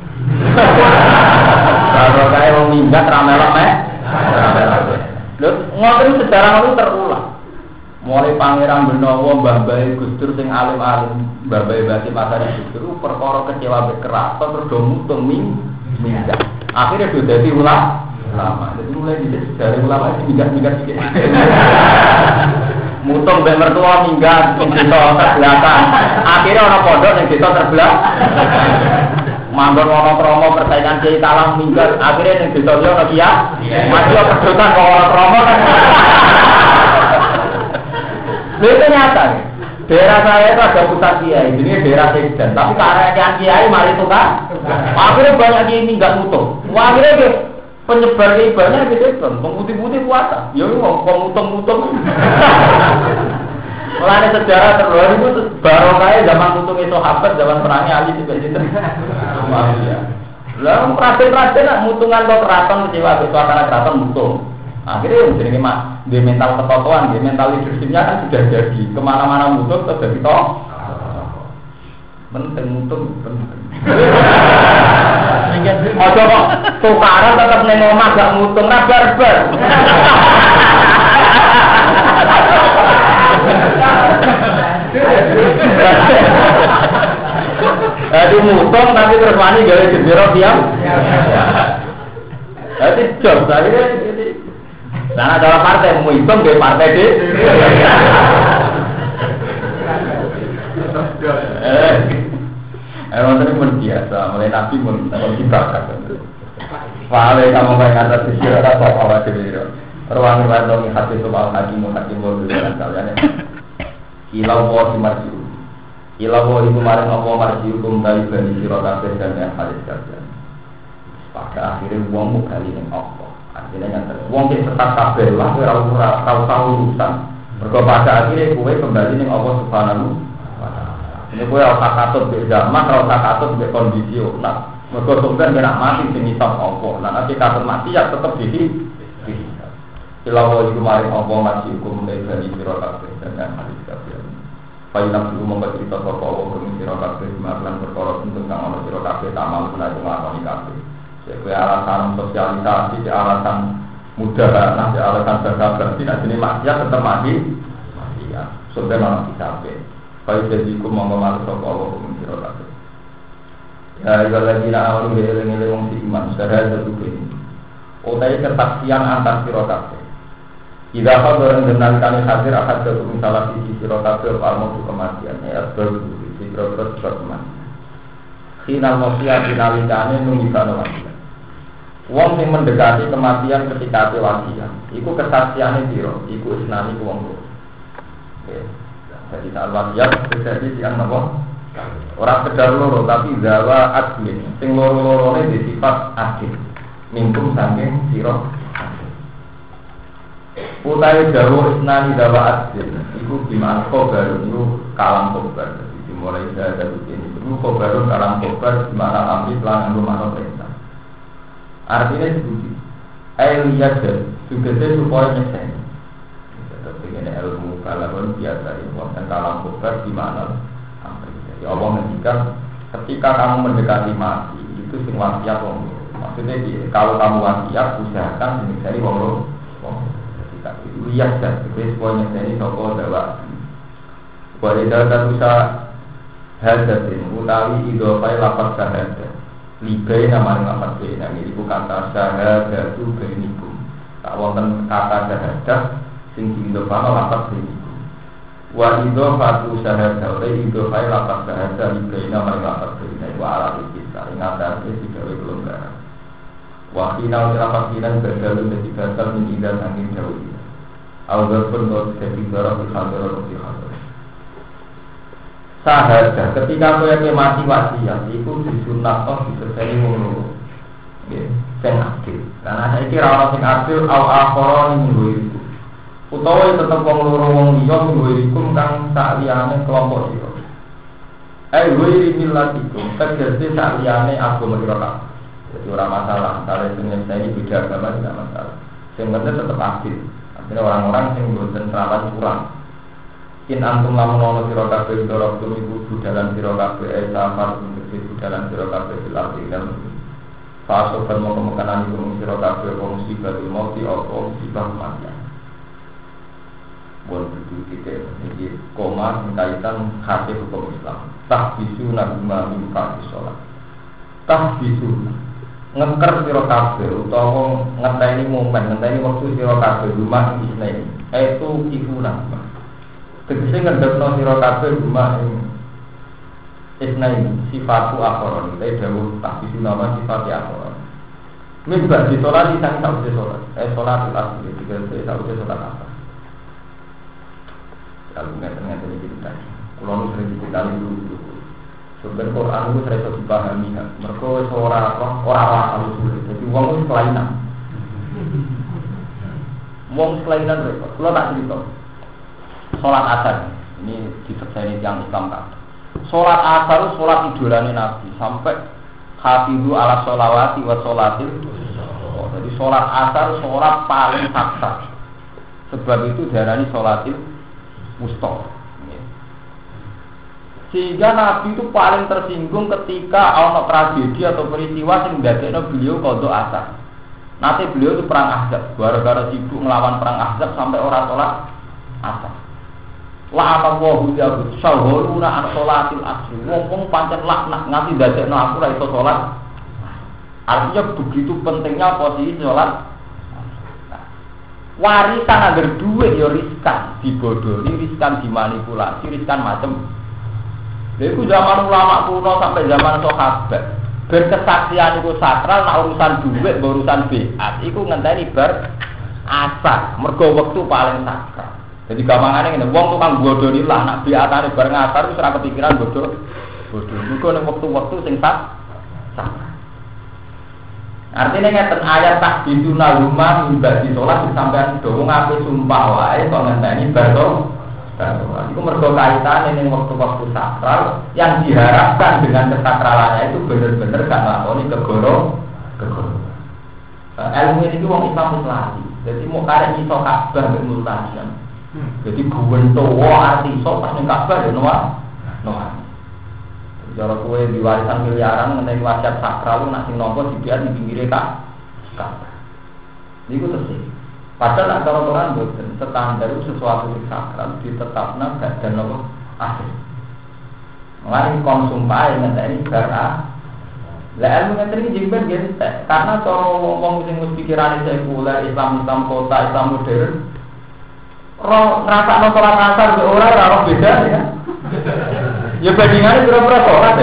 Baru kayak wong minggat ramelok Lalu ngoten sejarah itu terulang. Mulai Pangeran Benowo, Mbah Bae Gus Dur sing alim-alim, Mbah Bae Basim Asari Gus Dur perkara kecewa bekeras terus do mutung minggat. Akhirnya sudah jadi ulama. Jadi mulai dari ulama itu minggat sedikit. Mutung mbek mertua minggat sing desa terbelakang. Akhirnya orang pondok yang desa terbelakang. Mandor ono promo persaingan kiai kalah minggat. Akhirnya yang desa liya ono kiai. Masih pedotan kok ono promo kan. Itu nyata. Daerah saya itu ada pusat kiai, ini daerah Sekdan. Tapi karena kiai mari itu kan, akhirnya banyak kiai minggat mutung. Akhirnya penyebar ibadahnya gitu kan, pemutih-putih puasa. Ya mau mutung-mutung. Mulai sejarah terbaru itu baru kayak zaman mutung itu sahabat, zaman perangnya Ali juga cinta. Lalu raden-raden nak mutungan kok keraton kecewa suasana keraton mutung. Akhirnya jadi di mental ketokohan, di mental leadershipnya kan sudah jadi kemana-mana mutung terus jadi toh. penting mutung penting. Ojo kok tukaran tetep ning omah gak mutung ra barbar. Jadi mutung tapi terus wani gawe jendera diam. Jadi job saya jadi. Nah dalam partai mau hitung di partai D. Emang tadi pun biasa, mulai nabi pun dibakar. Fahale kamu kayak atas sisi apa apa jadi. Ruang ruang hati soal hakimu hakimu dengan kalian. Ilau wa marjiu. Ilau wa itu maring apa marjiu kum dari bani sira kabeh dan yang hadis kabeh. Pada akhirnya wong kali ning apa? Artinya yang wong sing sesat kabeh lah ora tahu urusan. Mergo pada akhirnya kowe kembali ning Allah Subhanahu wa taala. Ini kowe ora katut mbek zaman, ora katut mbek kondisi nah. Mergo sampeyan nek mati sing isap apa. Lah nek katut mati ya tetep di Ilawo itu mari apa masih hukum dari sira kabeh dan hadis kabeh. Failam itu memberita sapa Allah ing sira kabeh makan perkara tentang kang ana sira kabeh tamal menawa nglakoni kabeh. Sebagai alasan sosialisasi, alasan mudah, nanti alasan berkabar, tidak jenis maksiat tetap mati. Ya, sudah malah dicapai. Baik jadi hukum mengomong sapa Allah ing sira kabeh. Ya, lagi nak awal ngeleng-ngeleng wong iman, sadar satu ini. Otai kesaksian antar sira kabeh. Jika kau mengenalkan hadir akan jatuh salah sisi sirotabil palmo kematian ya berbudi sirotat kematian. Final mosia finalikannya nungikan wasiat. Wong yang mendekati kematian ketika wasiat, itu kesaksiannya siro, itu isnani ke wong. Jadi saat wasiat terjadi siang nopo. Orang sekedar loro tapi zawa admin. Sing loro-lorone disifat adil. Mingkum saking siro. Utai dawa isnani dawa adil iku gimana kobar itu kalam kobar dimulai dari ini itu kobar kalam kobar gimana ambil lan rumah perintah artinya seperti lihat juga supaya nyeseni dengan ilmu kalam biasa ilmu dan kalam kobar gimana ambil jadi Allah menjadikan ketika kamu mendekati mati itu semua wasiat maksudnya kalau kamu wasiat usahakan dari wong lihat dan semuanya ini toko dakwah. Kualitas bisa hadatin utawi idofai lapat syahadat. Libai nama lapat bina ini bukan kata syahadat itu benikum. Tak wonten kata syahadat sing idofai lapat benikum. Wa idofatu syahadat idofai lapat syahadat libai nama lapat bina wa alat kita ingatasi digawe kelonggaran. Wa final lapat bina berdalu dari batal menjadi angin jauh. Agar pun kalau tidak dibarang di sahaja ketika aku yang mati wasiat itu disunat toh diselesai mulu sing adil karena saya kira orang sing adil au akhiran minggu itu utawa tetap wong loro wong liya minggu itu kang sak liyane kelompok sira wiri milatikum tegese sak liyane agama sira jadi ora masalah kalau ini beda agama tidak masalah sing penting tetap adil. Ini orang-orang yang bosan serawan kurang. In antum lamun ono sira kabeh dorok tumiku budalan sira kabeh safar untuk budalan sira kabeh fil dan faso kan mau kemakanan iku sira kabeh musibah mati atau musibah kematian. Bon itu kita ini koma kaitan hadis hukum Islam. Tahbisu nabima min fardhi salat. Tahbisu ngengker sira kabeh utawa ngenteni momen ngenteni wektu sira kabeh rumah isne itu kifuna tegese ngendhepno sira kabeh rumah isne sifatu akhiron te dawuh tak disinawa sifat akhiron mimba di salat sang sause salat salat asli tiga sause salat apa kalau ngeten-ngeten iki kita kula nu sering dikali dulu sumber Quran itu saya dipahami ya. Mereka orang usul. Jadi uang itu kelainan. Uang kelainan mereka. Kalau tak cerita. Sholat asar ini diselesaikan yang Islam kan. Sholat asar itu sholat idolanya Nabi sampai hafidu ala sholawati wa sholatil. Jadi sholat asar sholat paling saksa. Sebab itu diarani sholatil mustoh. Sehingga Nabi itu paling tersinggung ketika ana tragedi atau peristiwa yang ndadekno beliau qadha asar. Nanti beliau itu perang Ahzab, gara-gara sibuk melawan perang Ahzab sampai orang sholat asar. La'anallahu ya'bud syahuruna an sholatil asri. Wong pancen laknat nganti ndadekno aku ra iso sholat. Artinya begitu pentingnya posisi sholat. Warisan agar duit ya riskan, dibodohi, riskan dimanipulasi, riskan macam. Itu zaman ulama kuno sampai zaman sahabat. Berkesaksian itu sakral, nak urusan duit, urusan biat. Itu ngenteni bar asar. Mergo waktu paling sakral. Jadi gampangane ngene, wong tukang bodohi lah, nak biatane bar ngasar wis ora kepikiran bodoh. Mergo ning waktu-waktu sing sakral. Artinya ngeten ayat tak bintuna rumah mimba di sholat sampean doang ngaku sumpah wae kok ngenteni bar itu mergo kaitan ini waktu-waktu sakral yang diharapkan dengan kesakralannya itu benar-benar gak nglakoni kegoro. Ilmu ini wong Islam mutlaki. Jadi mau karek iso Ka'bah mek multazam. Jadi buwentowo arti iso pas ning Ka'bah ya noa. Cara kowe diwarisan miliaran ngenteni wasiat sakral nak sing nampa dibiar di pinggire Ka'bah. Niku terus. Padahal aturan boten standar sesuatu yang sakral ditetapkan dan apa akhir. Mulai konsumsi ngenteni bara. Lah ilmu ngenteni jemben gentek karena cara wong sing wis pikirane sekuler Islam kota Islam modern ngrasakno salat asar ke ora beda ya. Ya bandingane pira-pira salat.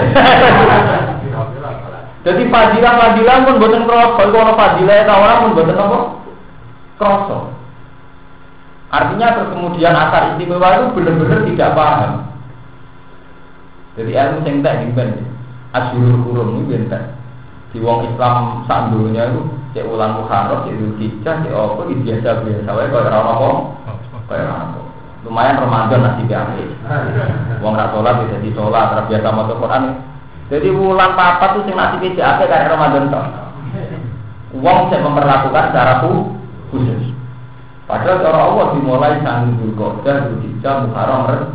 Jadi fadilah pun boten kroso, kalau ana fadilah ta ora pun boten apa? Kroso. Artinya terus kemudian asar istimewa itu benar-benar tidak paham. Jadi ilmu sing tak diben asyurul hurum iki bentar. Di wong Islam sak dunya itu cek ulang Muharram, cek Dzulhijjah, cek apa iki biasa-biasa wae kaya ora apa. Kaya ora apa. Lumayan Ramadan nasib apik. Wong ra salat bisa di salat, ra biasa maca Quran. Jadi bulan papat itu sing nasibe cek apik kaya Ramadan tok. Wong sing memperlakukan secara khusus. Padahal cara Allah dimulai sang Dzulqa'dah, Dzulhijjah, Muharram.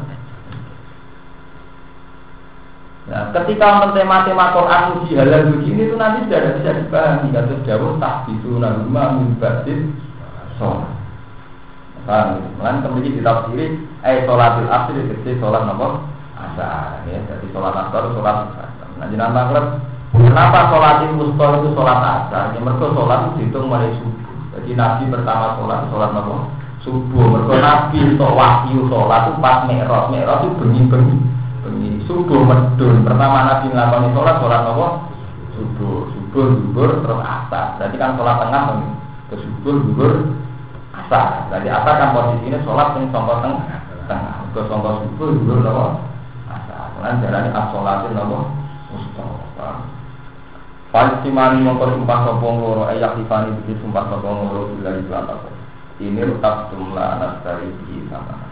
Nah, ketika tema-tema Quran uji halal begini itu nanti sudah bisa dipahami. Kata jauh tak bisuna rumah mubadin sholat. Paham? Melainkan kemudian ditafsiri sholatil asri itu sholat nomor asar. Ya, jadi sholat asar, sholat asar. Nah, jenang maghrib. Kenapa sholatil wusta itu sholat asar? Yang mereka sholat itu dihitung mulai subuh. Jadi Nabi pertama sholat nomor subuh. Mereka Nabi untuk wahyu sholat itu pas mi'raj. Mi'raj itu bengi-bengi. Subuh medun. Pertama Nabi nglakoni sholat nomor subuh, zuhur, terus asar. Berarti kan sholat tengah ke subuh, zuhur, asar. Jadi asar kan posisinya sholat yang sangka tengah. Ke sangka subuh, zuhur nomor asar. Kemudian jalannya as-sholatin nomor mustafa. Falsimani mongko sumpah sopong loro ayak difani bisi sumpah sopong loro bila dibelantak. Ini rutak jumlah nasari di sana.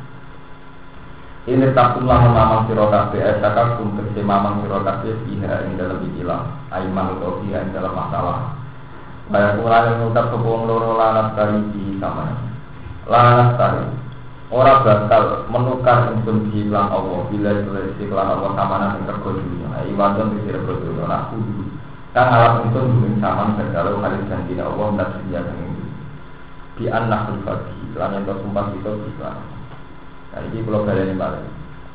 Ini takumlah memamang sirokabe, esakakum kerja mamang sirokabe iha ini dalam ikilah, aiman utopia ini dalam masalah. Banyak mulai mengucap sepuluh loro lanas dari di sama. Lanas dari orang bakal menukar untuk hilang Allah bila istiqlah Allah sama nanti terkodunya. Iwan dan tidak terkodunya. Aku kan alat untuk dulu sama segala kali janji Allah dan sedia dengan itu. Di anak berbagi, lain yang tersumpah itu bisa. Nah, ini kalau kalian balik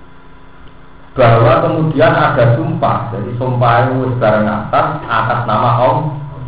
bahwa kemudian ada sumpah, jadi sumpah itu barang atas nama Allah.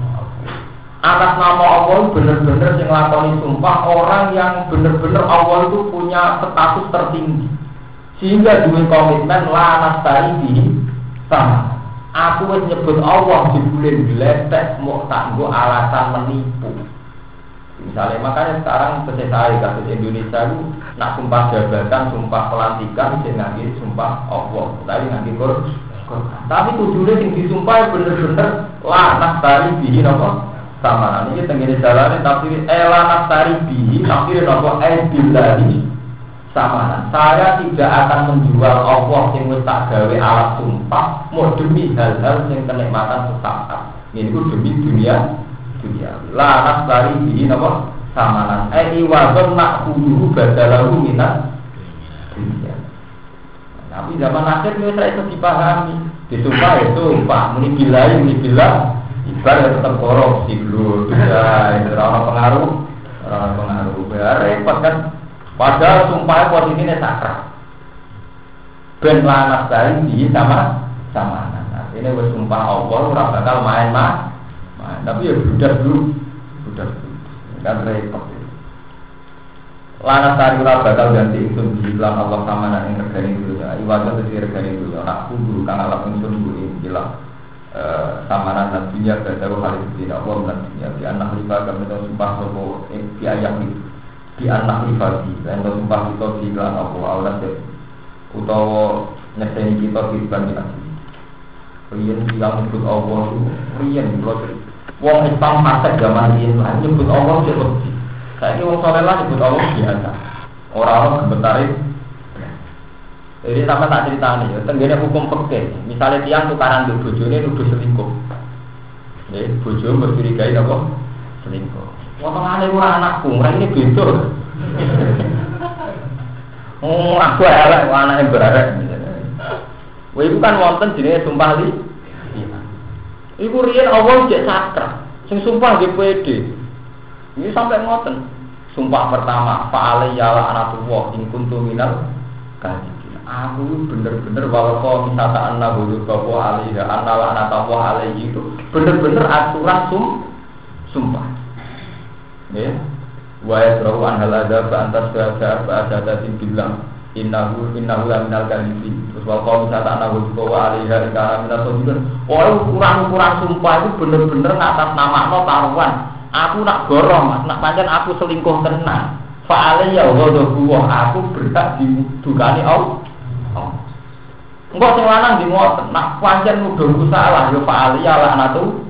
Atas nama Allah benar-benar yang lakoni sumpah orang yang benar-benar Allah itu punya status tertinggi, sehingga dua komitmen lanas tadi sama. Aku menyebut Allah di bulan geletek mau tangguh alasan menipu. Misalnya makanya sekarang selesai kasus Indonesia itu nak sumpah jabatan, sumpah pelantikan, nanti sumpah Allah, tapi nanti Quran. Tapi tujuannya yang disumpah bener-bener lanas tari bihi apa? Sama. Ini tenggine jalan tapi lanas tari bihi tapi apa? Billahi sama. Saya tidak akan menjual Allah yang wis tak gawe alat sumpah mau demi hal-hal yang kenikmatan sesaat. Ini demi dunia. Lanas dari bihi apa samanan iwadon nak hulu badalahu minat dunia. Tapi zaman akhir itu saya itu dipahami. Disumpah itu Pak muni bilang ibarat tetap korupsi dulu. Ya, itu pengaruh. Ya repot kan. Padahal sumpah posisinya sakral. Ben lanas dari di sama. Nah, ini bersumpah Allah ora bakal main. Tapi ya budak dulu. Kan repot. Lanas tari ora bakal ganti ingsun bilang Allah sama nang regane dunya. Iwata dadi regane dunya. Aku guru kang ala ingsun guru bilang samaran dan dunia bertaruh hal itu tidak Allah dan dunia di anak riba kami tahu sumpah sopo di ayat itu di anak riba di dan tahu sumpah kita di iklan Allah Allah utawa nyeseni kita di bani asli riyen yang menyebut Allah itu riyen wong Islam fasik zaman ini nyebut Allah itu lebih saya wong soleh lah nyebut Allah biasa orang-orang gemetarin. Jadi sama tak cerita nih, tenggine hukum fikih. Misalnya tiang tukaran di bojone nuduh selingkuh. Bojo mencurigai apa? Selingkuh. Potongane ora anakku, ora ini beda. Aku elek anake berarek. Wah iku kan wonten jenenge sumpah li. Iku riyen Allah cek sakral. Sing sumpah nggih pede. Ini sampai ngoten. Sumpah pertama, fa'alayya la'natullah in kuntum minal kadhibin. Aku bener-bener bahwa misalnya anak bulu bawa alih, anak anak tahu alih itu bener-bener aturan sumpah. Ya, wahai perawan halada bantas bahasa bilang innahu minal kalifin. Terus kalau misalnya anak bulu bawa alih karena minal sobiran, ukuran sumpah itu bener-bener ngatas nama no taruhan. Aku nak gorong, nak pancen aku selingkuh tenang. Fa'alai ya Allah aku berhak didukani Allah. Enggak sing lanang di ngoten, nak pancen nuduhku salah yo fa'ali ya laknatu.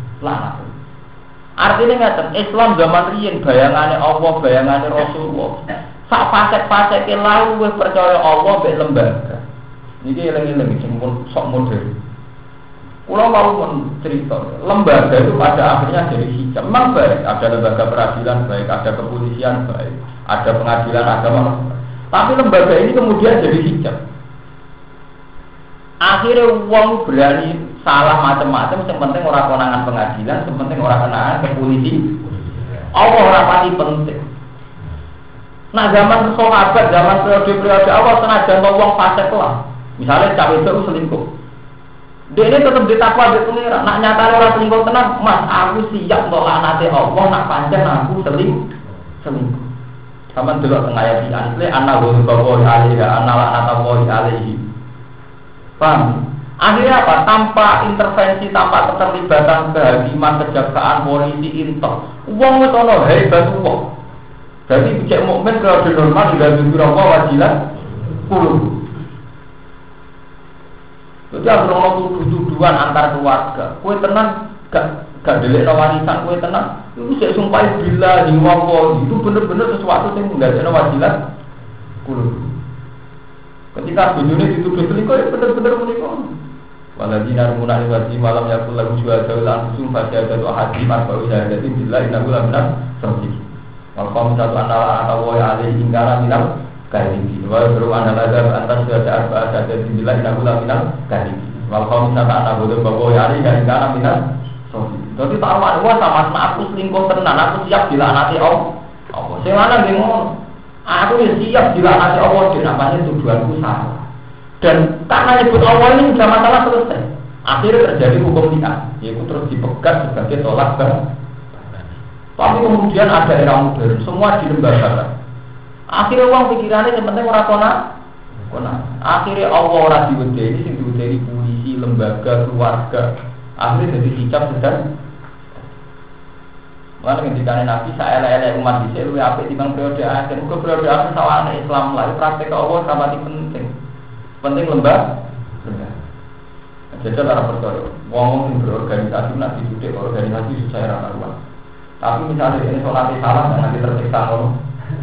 Artinya ngaten, Islam zaman riyen bayangane Allah, bayangane Rasulullah. Sak fasik-fasike lalu wis percaya Allah mek lembaga. Niki eling-eling sing sok modern. Kula mau cerita, lembaga itu pada akhirnya jadi hijab. Memang baik, ada lembaga peradilan baik, ada kepolisian baik, ada pengadilan agama. Tapi lembaga ini kemudian jadi hijab. Akhirnya uang berani salah macam-macam, yang penting orang konangan pengadilan, yang penting orang konangan ke polisi. Allah rapati penting. Nah zaman sahabat, zaman periode awal senajan uang fasik lah. Misalnya cawe itu selingkuh. Dia ini tetap ditakwa di pengira. Nak nyata orang selingkuh tenang, mas aku siap untuk lanate Allah, nak panjang aku selingkuh. Sama dulu tengah ayat di asli, anak wali bawahi alaihi, anak lanata wahi alaihi. Paham? Akhirnya apa? Tanpa intervensi, tanpa keterlibatan kehakiman, kejaksaan, polisi, intel, uang itu ono hebat uang. Jadi bijak mukmin kalau di normal tidak berapa wajilan puluh. Jadi ada orang tuduhan antar keluarga. Kue tenang, gak delik warisan. Kue tenang, itu saya sumpah bila hiwawo itu benar-benar sesuatu yang tidak ada wajilan puluh. Ketika bujurnya dituduh selingkuh, ya benar-benar menikah. Waladina rumunani wajib malam yakul lagu jual jauh langsung pada jatuh hati maka usaha jadi bila inagu laminan serti. Kalau satu antara atau alih ingkara minal kaini. Walau beru analaga antar sudah ada jadi bila inagu laminan kaini. Kalau misalnya anak bodoh bawa alih dan ingkara minal serti. Jadi tahu wah sama aku selingkuh tenan, aku siap dilaknati Allah. Saya mana bingung. Aku siap dilaknati Allah dan namanya tuduhanku salah. Dan karena nyebut Allah ini sudah masalah selesai. Akhirnya terjadi hukum li'an, yaitu terus dipegat sebagai tolak barat. Tapi kemudian ada era modern, semua dilembagakan. Akhirnya uang pikirannya yang penting orang kona. Akhirnya Allah orang diwedeni, sing diwedeni polisi, lembaga, keluarga. Akhirnya jadi hijab sedang. Mulai ketika Nabi saya elek umat di sini, apa timbang periode akhir, ke periode akhir sawana Islam lah, praktek Allah sangat penting. Penting lembah. Jajal arah percaya. Wong sing berorganisasi nanti sudah organisasi saya rasa ruang. Tapi misalnya ini sholat salah nanti tersiksa loh.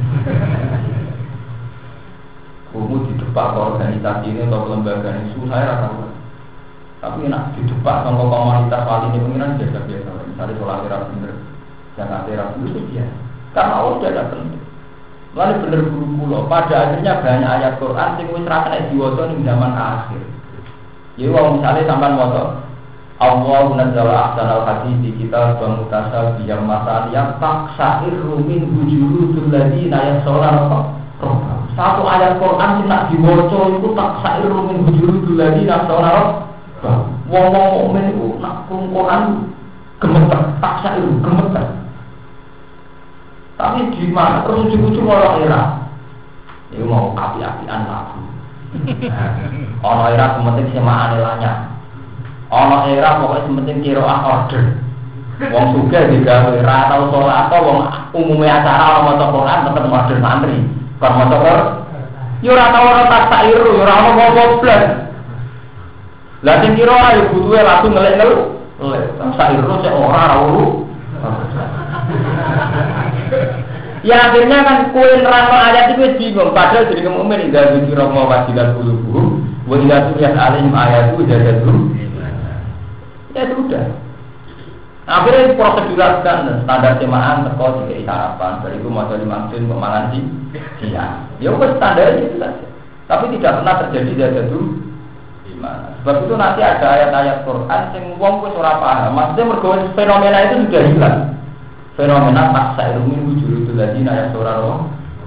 Kamu di depan organisasi ini atau lembaga ini saya rasa ruang. Tapi nak di depan sama komunitas wali ini pengiran jaga biasa. Misalnya sholat bener, jangan bener itu biasa. Karena Allah sudah ada penting. Lalu bener guru kula, pada akhirnya banyak ayat Quran sing wis ra kena diwaca ning zaman akhir. Jadi wong misale sampean maca Allah nazzala ahsanal hadits kitab wa mutasabbihan masaliyat taqsa'irru min wujudil ladina yasawlana. Satu ayat Quran sing nak diwaca iku taqsa'irru min wujudil ladina yasawlana. Wong-wong mukmin iku nak krungu Quran gemeter, taqsa'irru gemeter. Tapi di mana terus ujung-ujung orang era, ini mau api-apian lagu. Ono era sementing semaan elanya. Ono era pokoknya sementing kiroah order. Wong suga juga era atau sholat atau wong umumnya acara orang maca Quran tetap order santri. Kalau maca Quran, yo ora tau ora tak sairu, yo ora ono goblok. Lah sing kiroah yo butuhe langsung ngelek-ngelek. Sairu sik ora uru. Ya akhirnya kan kue nerangno ayat itu bingung. Padahal jadi mukmin tidak dikira mau wajiban qulubuhum wa idza tuliyat alaihim ayatu zadatuhum. Ya sudah. Akhirnya prosedural kan standar jemaah teko dikai sarapan, bariku maca dimaksud pemangan siang. Ya wis standar itu saja. Tapi tidak pernah terjadi zadatuhum gimana. Sebab itu nanti ada ayat-ayat Quran sing wong wis ora paham. Maksudnya mergo fenomena itu sudah hilang. Fenomena taksa ilmu wujud ladina yang saudara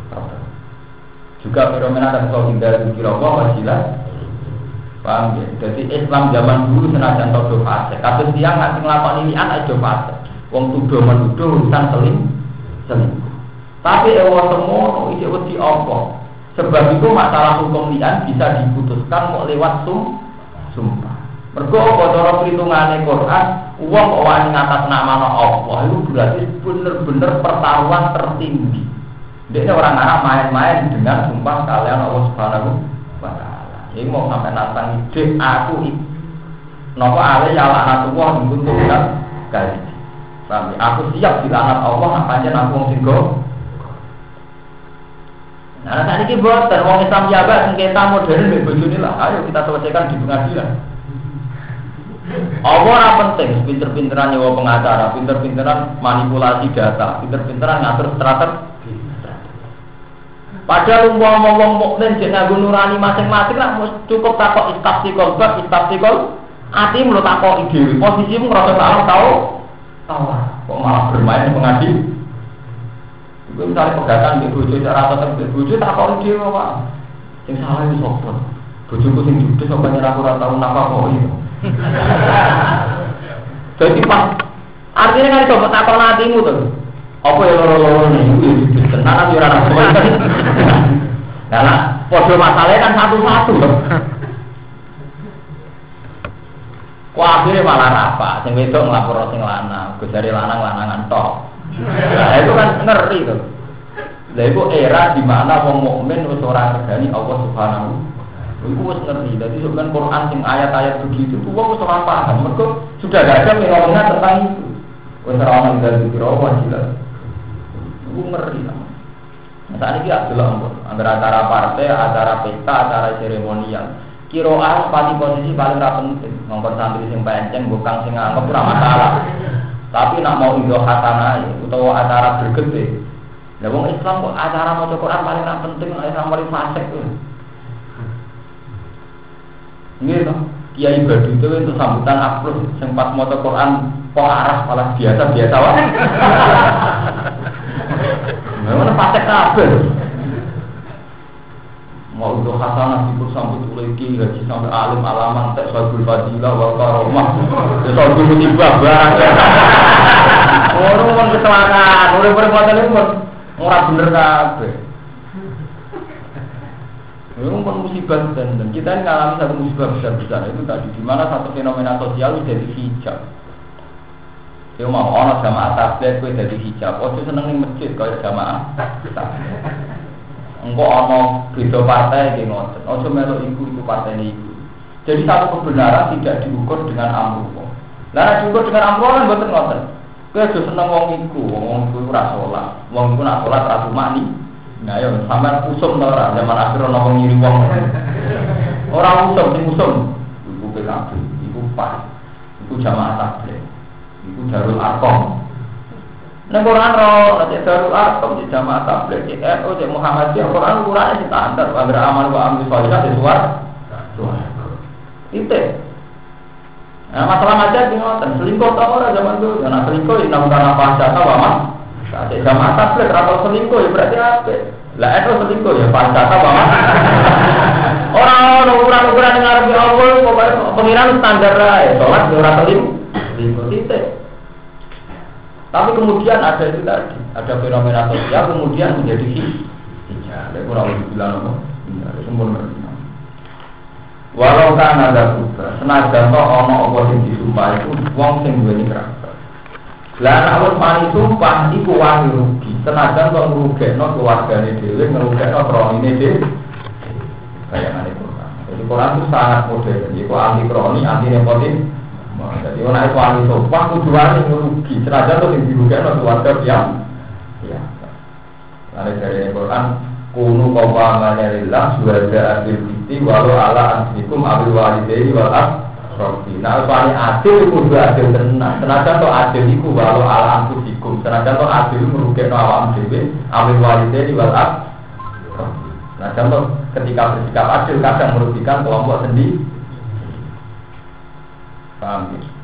juga fenomena dan sohindar kira-kira wasilah. Paham ya? Jadi Islam zaman dulu senajan todo fase. Kasus dia nggak ngelakon ini anak itu fase. Wong tuduh menuduh urusan selingkuh. Tapi ewa semua itu di opo. Sebab itu masalah hukum lian bisa diputuskan mau lewat sumpah. Mergo cara perhitungane Quran, wong wani ngatas nama Allah itu berarti bener-bener pertaruhan tertinggi. Dia orang Arab main-main dengan sumpah kalian Allah Subhanahu wa taala. Ini mau sampai nantang ide aku napa ale ya laknatullah untuk bilang kali. Sampai aku siap dilaknat Allah pancen aku wong sing go. Nah, saat ini buat wong Islam jaga sengketa modern mbek bojone lah. Ayo kita selesaikan di pengadilan. Allah ora penting pinter-pinteran nyewa pengacara, pinter-pinteran manipulasi data, pinter-pinteran ngatur strategi. Padahal wong-wong mukmin jek nganggo nurani masing-masing lah cukup takok istiftikol bab istiftikol ati mlo takok dhewe. Posisimu ngrasa salah tau kok malah bermain pengadilan. Iku misalnya pegatan di bojo cara tetep di bojo takok dhewe wae. Sing salah iki sapa? Bojoku sing judes apa nyerah ora tau napa kok iki. Jadi pas artinya kan coba takon hatimu tuh. Apa ya loro-loro nih? Tenan ora ora apa. Nah, podo masalahnya kan satu-satu loh. Kok akhirnya malah rapat, sing wedok nglapor sing lanang, gojare lanang-lanangan tok. Nah, itu kan ngeri tuh. Lah itu era di mana wong mukmin wis ora regani Allah Subhanahu. Iku wis ngerti. Dadi sebenarnya Quran sing ayat-ayat begitu tuh wong wis ora paham. Mergo sudah gak ada fenomena tentang itu. Wis ora ono dari kira jelas. Iku ngeri. Saat ini adalah antara acara partai, acara pesta, acara seremonial. Kiroah pasti posisi paling penting. Ngongkon santri sing penceng, bukan sing anggap ora masalah. Tapi nak mau ido hasanah utawa acara bergede. Lah wong Islam kok acara maca Quran paling penting nek ora mari fasik tuh. Nggih to, kiai badu itu untuk sambutan aplus sing pas maca Quran kok aras malah biasa-biasa wae. Memang fasik kabeh. Mau untuk hasanah disambut oleh kiai haji sampai alim alaman tak sabul fadilah wal karomah. Sabul musibah barang. Orang kan kecelakaan, orang ngoten niku ora bener kabeh. Memang kan musibah dan kita ini mengalami satu musibah besar-besar itu tadi di mana satu fenomena sosial jadi hijab. Dia mau orang jamaah tabligh kowe jadi hijab. Ojo seneng ning masjid kaya jamaah tabligh. Engko ana beda partai iki ngoten. Ojo melu iku partai niku. Jadi satu kebenaran tidak diukur dengan amruh. Lah diukur dengan amruh kan mboten ngoten. Kowe aja seneng wong iku ora salat. Wong iku nak salat ra mani. Nah yo sampean usum to ora zaman akhir ana wong ngiri wong. Ora usum sing usum. Iku PKB, iku PAS. Iku jamaah tabligh. Iku Darul Arqam. Nek Quran ro cek Darul Arqam cek Jamaah Tabligh cek NU cek Muhammadiyah Quran ukurane standar agar aman wa amil sholihah sesuai. Itu. Nah, masalah macam ni ngoten, selingkuh tak ora zaman dulu. Nah, selingkuh ini namanya pasca apa mas? Cek Jamaah Tabligh atau selingkuh ya berarti apa? Lah itu selingkuh ya pasca apa mas? Orang ukuran ngarep Allah pokoknya pengiran standar ae, salat ora selingkuh titik. Tapi kemudian ada itu tadi, ada fenomena sosial kemudian menjadi hijab. Lek ora dibilang apa? Ya, sempurna. Walau kan ada kubra, senajan kok ana apa sing disumpah itu wong sing duweni kerabat. Lah nek wis mani sumpah iku wani rugi, senajan kok ngrugekno keluargane dhewe, ngrugekno kronine dhewe. Bayangane Quran. Jadi Quran itu sangat modern, iku anti kroni, anti nepotisme. Jadi orang itu ahli sopan, tujuan yang rugi. Senajan itu yang dirugikan keluarga yang lalu dari Al-Quran kunu qawwamana lillah syuhada adil qisti walau ala anfusikum abil walidayni wal aqrabin. Nah, soalnya adil itu kudu adil tenan. Senajan itu adil itu walau ala anfusikum. Senajan itu adil itu merugikan awam dhewe abil walidayni wal aqrabin. Nah, contoh ketika bersikap adil kadang merugikan kelompok sendiri. Paham ya?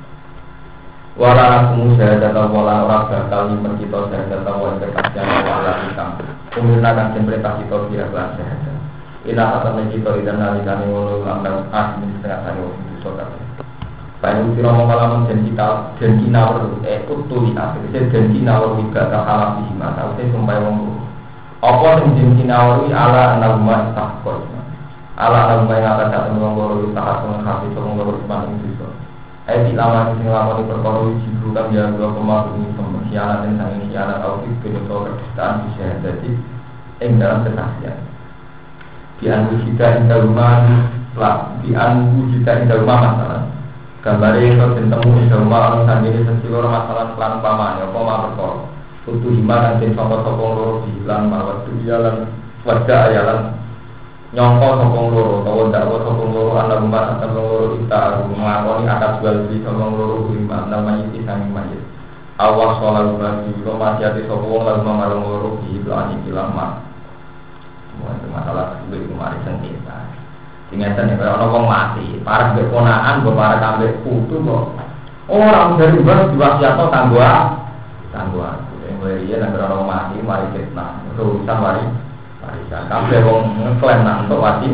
Wala aku syahadat wala ora bakal nyimpen kita syahadat wa kepastian wala hitam. Kemudian akan perintah kita biar lan syahadat. Ila atane kita idan nalikane ngono lan asmin setengah hari waktu sokat. Bayu sira mongkalamun den kinawur utuli akhir den kinawur wiga ka halal di mata uте sumpah wong. Apa sing den kinawur ala anagma takor. Ala anagma ngata sak wong loro tak kon hati wong loro semaning bisa. Aiti lawan sing lakoni perkara iki bukan ya dua pemahaman pemsianan dan sangi siaran audit kedua kedustaan bisa jadi dalam kesaksian. Di anu kita indah rumah lah, di anu kita indah rumah masalah. Gambarnya itu tentang indah rumah orang sendiri sesuatu masalah pelan paman ya pemahaman perkara. Untuk himana dan sokong loro dihilang mawat jalan wajah ayalan. Nyongko sokong loro, atau dakwa sokong loro, anak rumah sokong loro kita mengakoni atas jual beli sokong loro lima namanya itu sangi majid. Awas sholat lagi, kalau masih ada sokong lalu mengarung loro di belakang bilang mak. Semua itu masalah duit kemarin sengketa. Tinggalkan yang kalau orang mati, para berkonaan, para kambing putu kok. Orang dari luar diwasiatno tangguh. Yang beriya dan orang mati, mari fitnah, urusan mari. Kabeh wong ngeklaim nak untuk wasiat.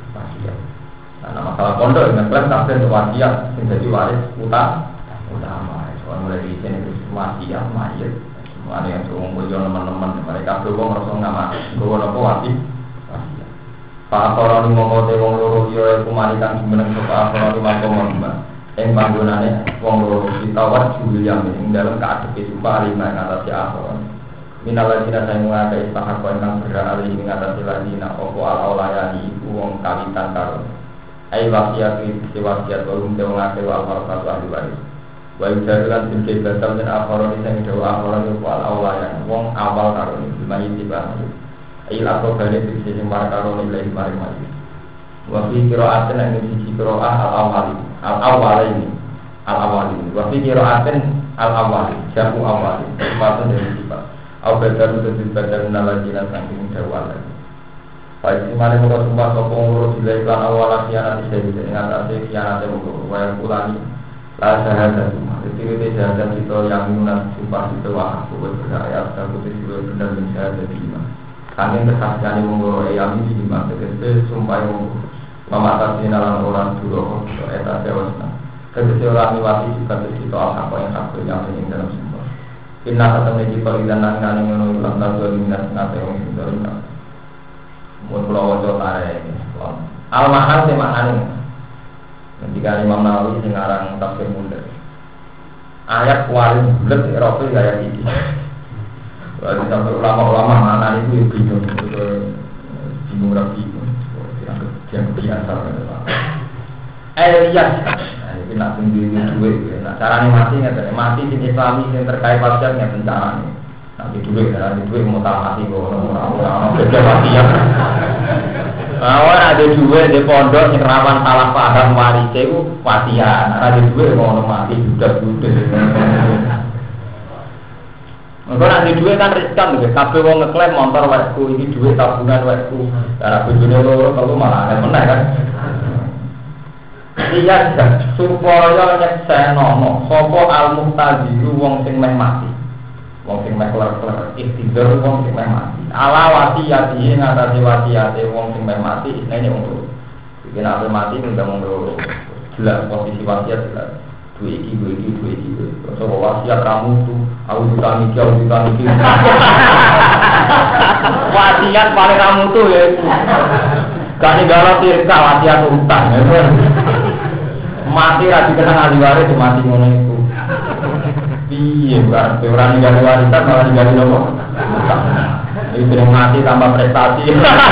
Nah, masalah pondok ngeklaim kabeh untuk wasiat sing dadi waris utama. Soal mulai di sini wasiat mayit. Semua yang suruh bojo teman-teman mereka kabeh wong ngrasa ngamak. Gowo napa wasiat. Pak Koroni mongko wong loro ya kumanikan jumeneng sapa Koroni mangko mbak. Ing panggonane wong loro ditawar Julian ing dalem kadepe sumpah lima ngatasi Koroni. Minallah jina saya mengakai istahak kau yang beralih mengatasi ladina opo al-awlayani iku wong kawitan karo ai wasiat itu wasiat kau untuk mengakai wal-wal satu ahli waris wa yujarulan silke batal dan al-faroni yang jauh al-faroni opo al-awlayani wong awal karo ini dimayi tiba ai lato balik di sisi karo nilai mari-mari wafi kiroaten yang di sisi kiroah al-awali wafi kiroaten al-awali jamu awali sepatu dari sifat au badar udah badar nalajina saking dawal. Baik simane muka sumpah sopong loro bila iklan awal kianat bisa ingatasi kianat yang wayang pulani la syahadat itu syahadat itu yang minunat sumpah itu wahab berayat dan putih juga benar syahadat iman kami kesaksian yang menggoro ayam ini iman tegese sumpah yang mematasi nalang orang dulu eta sewasna tegese orang miwati juga itu al-haqqa yang haqqa yang ini dalam sumpah. Inna katanya jika ilan nangani ngono ilang tahu minat nate wong sing dalem. Mun kula waca tarik. Al-mahal te maknane. Ketika Imam Nawawi sing aran tafsir mundur. Ayat paling bulet Rasul ayat iki. Wali sampai ulama-ulama mana itu bingung bingung rapi. Yang biasa. Ayat ini nak sendiri duit, nak caranya mati nggak mati sing Islami sing terkait wasiat nggak caranya. Nanti duit mau tak mati kok orang kerja wasiat. Ada duit di pondok yang rawan salah paham waris itu wasiat. Ada duit mau mati sudah. Engko nek duwe kan riskan lho, kabeh wong ngeklaim motor wekku, iki duwe tabungan wekku. Lah bojone loro telu malah akeh meneh kan. Iya, supaya nyeksenono sapa al-muqtadiru wong sing meh mati. Wong sing meh keler-keler, ikhtiar wong sing meh mati. Ala wasiyati ngatasi wasiyate wong sing meh mati, isine untuk. Iki nek mati ndang loro. Jelas posisi wasiat jelas. Dua iki. Terus wasiat kamu tuh, aku ditani. Wasiat paling kamu tuh ya itu. Gak ninggal tirka wasiat utang. Mati ra dikenang ahli waris mati ngono iku. Piye kan ora ninggal warisan malah ninggal nopo? Iki sering mati tambah prestasi.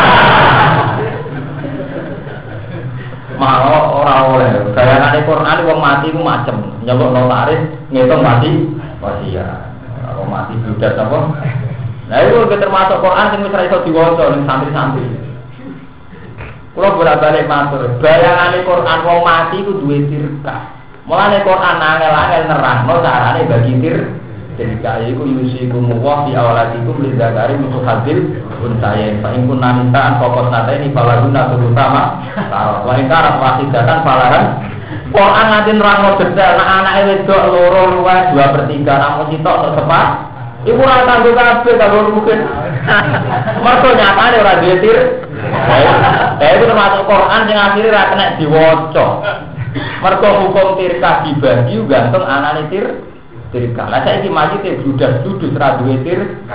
Malah ora oleh. Bayangane Quran wong mati ku macem, nyeluk notaris ngitung mati wasiat. Kalau mati budak apa? Nah itu termasuk Quran sing wis ra iso diwaca ning santri-santri. Kulo bolak-balik matur, bayangane Quran wong mati ku duwe tirka. Mulane Quran angel-angel nerangno carane bagi tirka iku yusikum wa fi awladikum lidzakari mithlu hadzil unsayain. Fa in kunna mintaan pokok nate ini balaguna terutama karo. Wa in karat wasidatan balaran Quran nganti nerangno detail nek anake wedok loro luwih 2/3 namun sitok tersepat. Iku ora kanggo kabeh karo mungkin. Mergo nyatane ora duwe itu termasuk Quran sing akhire ra kena diwaca. Mergo hukum tirka dibagi gantung anane tirka. Lah saiki majite bludas-bludus ra duwe tirka.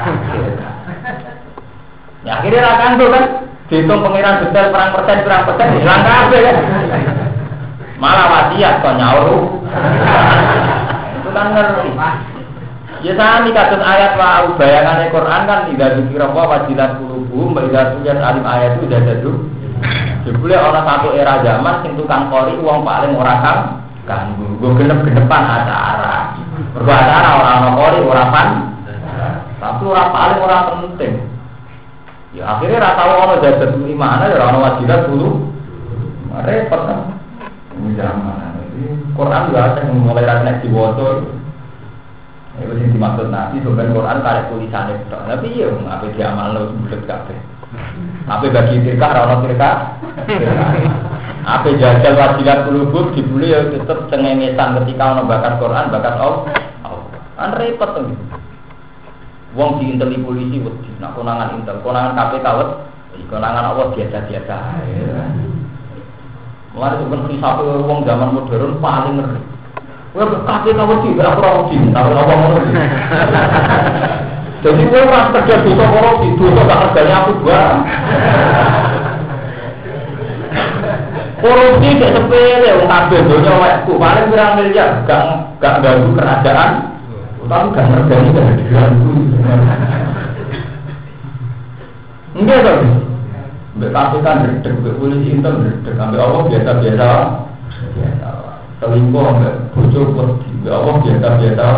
Ya akhire ra kanggo kan dihitung pengiran detail perang persen hilang kabeh kan. Malah wasiat kok nyaur. Itu kan ngerti. Ya sami kados ayat wa bayangane Quran kan tidak dikira apa wajilat qulubuhum wa idza tuliyat alim ayat itu dadu. Jebule ana satu era zaman sing tukang kori wong paling ora kanggo. Nggo genep-genepan acara. Mergo acara ora ana kori ora pan. Tapi ora paling ora penting. Ya akhirnya ora tau ana dadu imane ya ora ana wajilat qulub. Repot kan. Ini zaman iki Quran juga sing mulai ra nek diwaca. Itu yang dimaksud nanti sebenarnya Quran tarik tulisannya betul. Tapi iya, apa dia amal lo bulat kafe. Apa bagi tirka, rano tirka. Apa jajal wajilat kulubur dibuli ya tetap cengengesan ketika ono bakat Quran, bakat Allah. Kan repot tuh. Wong di intel polisi wedi, nak konangan intel, konangan KPK wedi, konangan Allah biasa-biasa. Mulai sebenarnya satu wong zaman modern paling ngeri. Wah, kabeh wedi, ora korupsi, tahu apa ngono. Jadi kowe ora kerja dosa korupsi, dosa gak kerjanya aku barang. Korupsi gak sepele, wong kabeh donya wekku, paling pirang miliar, gak ganggu kerajaan. Tapi gak ngergani kehadiran itu. Enggak dong. Mbak KPK redek, mbak polisi intel redek, sampai Allah biasa-biasa. Selingkuh, mbak bocor, mbak Allah biasa-biasa.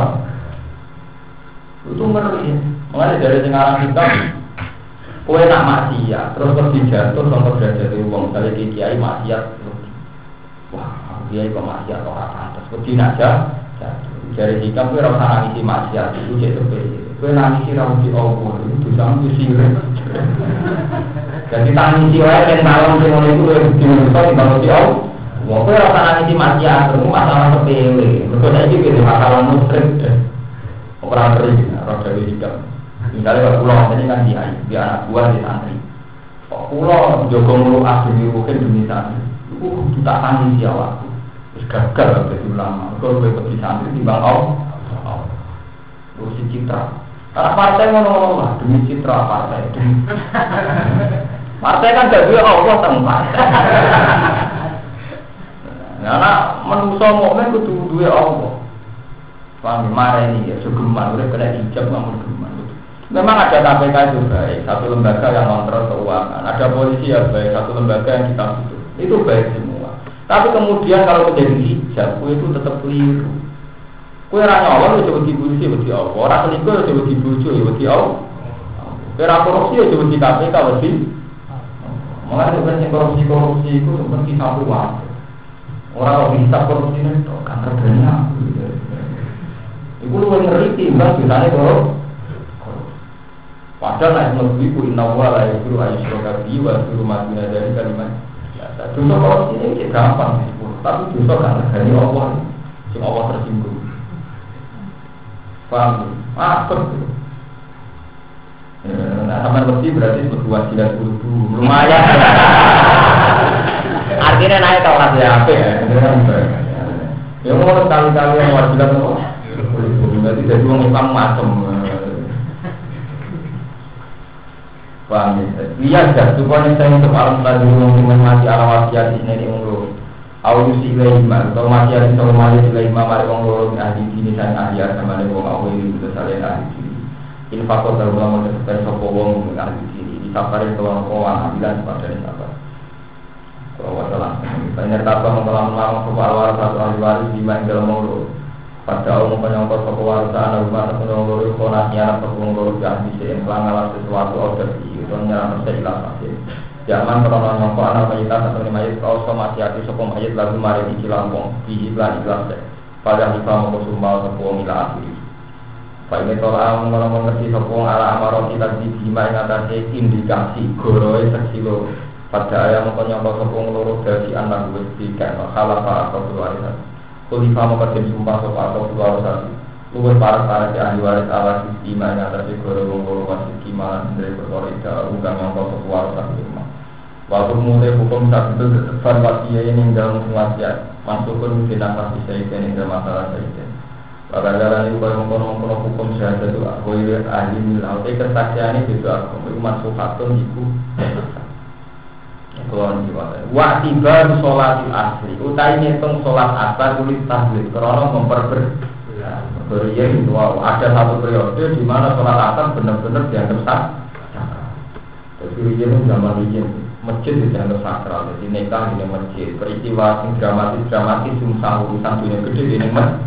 Itu ngeri. Mengenai dari sekarang kita, kowe nak maksiat, terus pergi jatuh, contoh derajat uang, misalnya kiai maksiat. Wah, kiai kok maksiat orang pantas, pergi aja. Dari hikam kowe ora nangisi maksiat itu jadi sepele. Kowe nangisi ra mesti Allah itu dosa sirik. Jadi tangisi wae yen malam sing ngono iku dimutus di bangsa Allah. Wong kowe ora nangisi maksiat itu masalah sepele. Mergo saiki iki masalah musyrik. Ora ngeri ora dari hikam. Misalnya kalau pulau ini kan di anak buah di santri. Kok pulau jogo mulu asli mungkin demi santri. Kita tangisi awak. Gagal dari ulama, kalau boleh pergi santri di bangau, terus citra. Karena partai ngono lah demi citra partai. Partai kan gak dua Allah tentang partai. Karena manusia mukmin kudu dua Allah. Paham marah ini ya, sugeman, udah kena hijab namun sugeman. Memang ada KPK itu baik, satu lembaga yang kontrol keuangan, ada polisi yang baik, satu lembaga yang kita butuh. Itu baik semua. Tapi kemudian kalau menjadi hijab, kue itu tetap keliru. Kue ranya Allah itu coba dibuji, coba Allah. Orang selingkuh itu coba dibuji, coba Allah. Kue korupsi itu coba di KPK, coba. Mengenai sebenarnya korupsi itu seperti satu waktu. Orang bisa korupsi itu kan terbenam. Itu lu ngeri timbang biasanya korupsi. Padahal naik lebih ku inna wa la yusru ayyusroka bihi wa yusru madina dari kalimat. Dosa kalau ini gampang disebut, tapi dosa kan dari Allah, si Allah tersinggung. Paham? Betul. Nah, sama lebih berarti berdua silat bulu lumayan. Artinya naik kelas ya apa ya? Ya mau kali-kali yang wajiban itu, berarti jadi orang Islam macam. Paham ya? Iya, jatuhkan yang saya untuk alam tadi mungkin mati ala wasiat ini unggu. Ausi ilaihima, atau mati ala sama mati ilaihima mari unggu ahli sini dan ahli sama ada wong awal itu salian ahli sini. Infakor dalam seperti sopo wong ahli sini. Disabarin keluar kawan ambilan pada sabar. Kalau wasalah, banyak kata mengelam-elam sopo awal satu ahli waris di main dalam unggu. Pada umum penyongkot sopo warisan rumah atau unggu konasnya atau unggu ahli sini melanggar sesuatu order soalnya mesti hilang pasti. Jangan kalau nyongkok anak mayat atau mayat kau sama hati sopong mayat lagu mari di Lampung di iklan ikhlas deh. Pada kita mau sumbal sopong ila akhiri. Pak ini tolong mengerti sopong ala amaron kita di lima yang atasnya indikasi goroi sekilo. Pada ayam mau nyongkok sopong loro dari anak gue di kayak khalafa atau keluarga. Kulifah mau kerja sumpah sopong atau keluarga. Luwes para ke ahli waris ala sistema yang atas goro-goro wasit kimalan dari berkorida bukan yang kau keluarga rumah. Waktu mulai hukum saat itu tetap wasiat ini dalam wasiat masukkan dinafas bisa ini dalam masalah saya. Bahkan jalan itu kalau mengkono hukum syahadat itu aku ahli milah. Tapi kesaksian ini itu aku masuk hatun ibu. Keluar jiwa. Waktibar sholat asri. Utai ngitung sholat asar tulis tahlil. Karena memperber. Beriya itu ada satu periode di mana sholat asar benar-benar dianggap sakral. Jadi itu zaman izin masjid dianggap sakral. Jadi nikah ini masjid. Peristiwa dramatis sungsang urusan dunia gede ini masjid.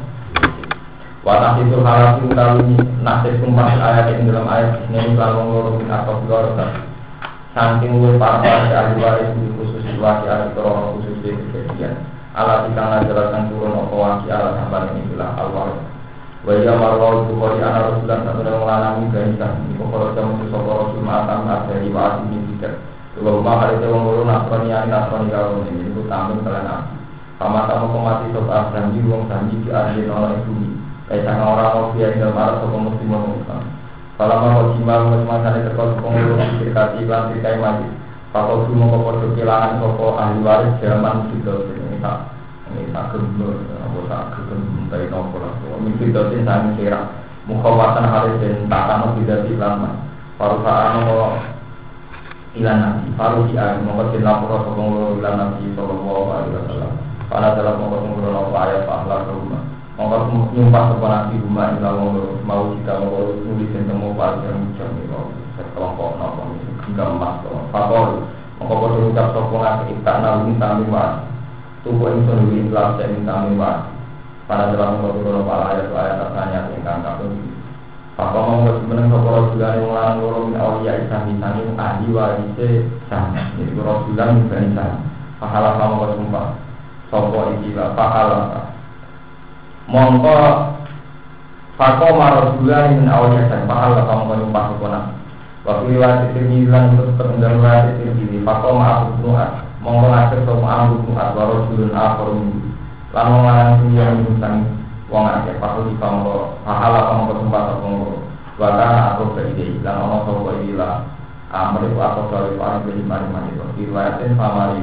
Watah itu halal itu kali nasib sumpah ayat ini dalam ayat ini kalau ngurungin atau keluarga. Saking luar para ahli waris khusus situasi ahli korona khusus di kejadian. Allah tikang jelaskan turun operasi Allah sampai ini bilang al-waris. Wajah marwah bukhari anak Rasulullah satu dan melalami garisah di pokok jamu sesokor Rasul ma'atam dari wa'ad ini tidak Rumah hari itu mengurus nasroni kalau ini itu tamu kalian nabi sama tamu pemati sobat janji wong janji di akhir oleh bumi kayak orang mau biaya dalam arah sokong muslim mengusang kalau mau jimal mengusahakan terkait pengurus dirkati iklan dirkai majid kalau dulu mengkopor kehilangan sokong ahli waris zaman gitu ini tak gembur tak gembur dari nopo lah mungkin dosen saya kira mukhawatan hari dan takano tidak dilama parusahaan mau ilan nabi parusia mau ke lapor sokong ilan nabi sallallahu alaihi wasallam pada dalam mengumpulkan ayat pahala rumah mau nyumpah kepada nabi rumah ilan mau kita mau nulis temu pada jam sekelompok nopo hingga emas fakor mau berucap sokong nabi kita nabi tamiwa tubuh yang sendiri telah saya minta mewah pada dalam beberapa ayat tertanya tentang kapal ini. Pak mau mengenai beberapa bulan yang lalu orang awliya Islam ini ahli waris sama. Jadi beberapa bulan bukan sama. Pahala kamu bersumpah. Sopo ikilah pahala. Mongko Fako marasulah yang awalnya dan pahala kamu bersumpah sekolah. Waktu lewat itu hilang terus terendam itu ini. Fako maaf nuat. Mongko ngatur sama ambu atwaro sulun aforum lalu ngalang yang minusang wong akeh paku di kamu pahala kamu kesumpah kamu wakana atau beride dan ono sopo ilah mereka atau dari paling beri mari diriwayatin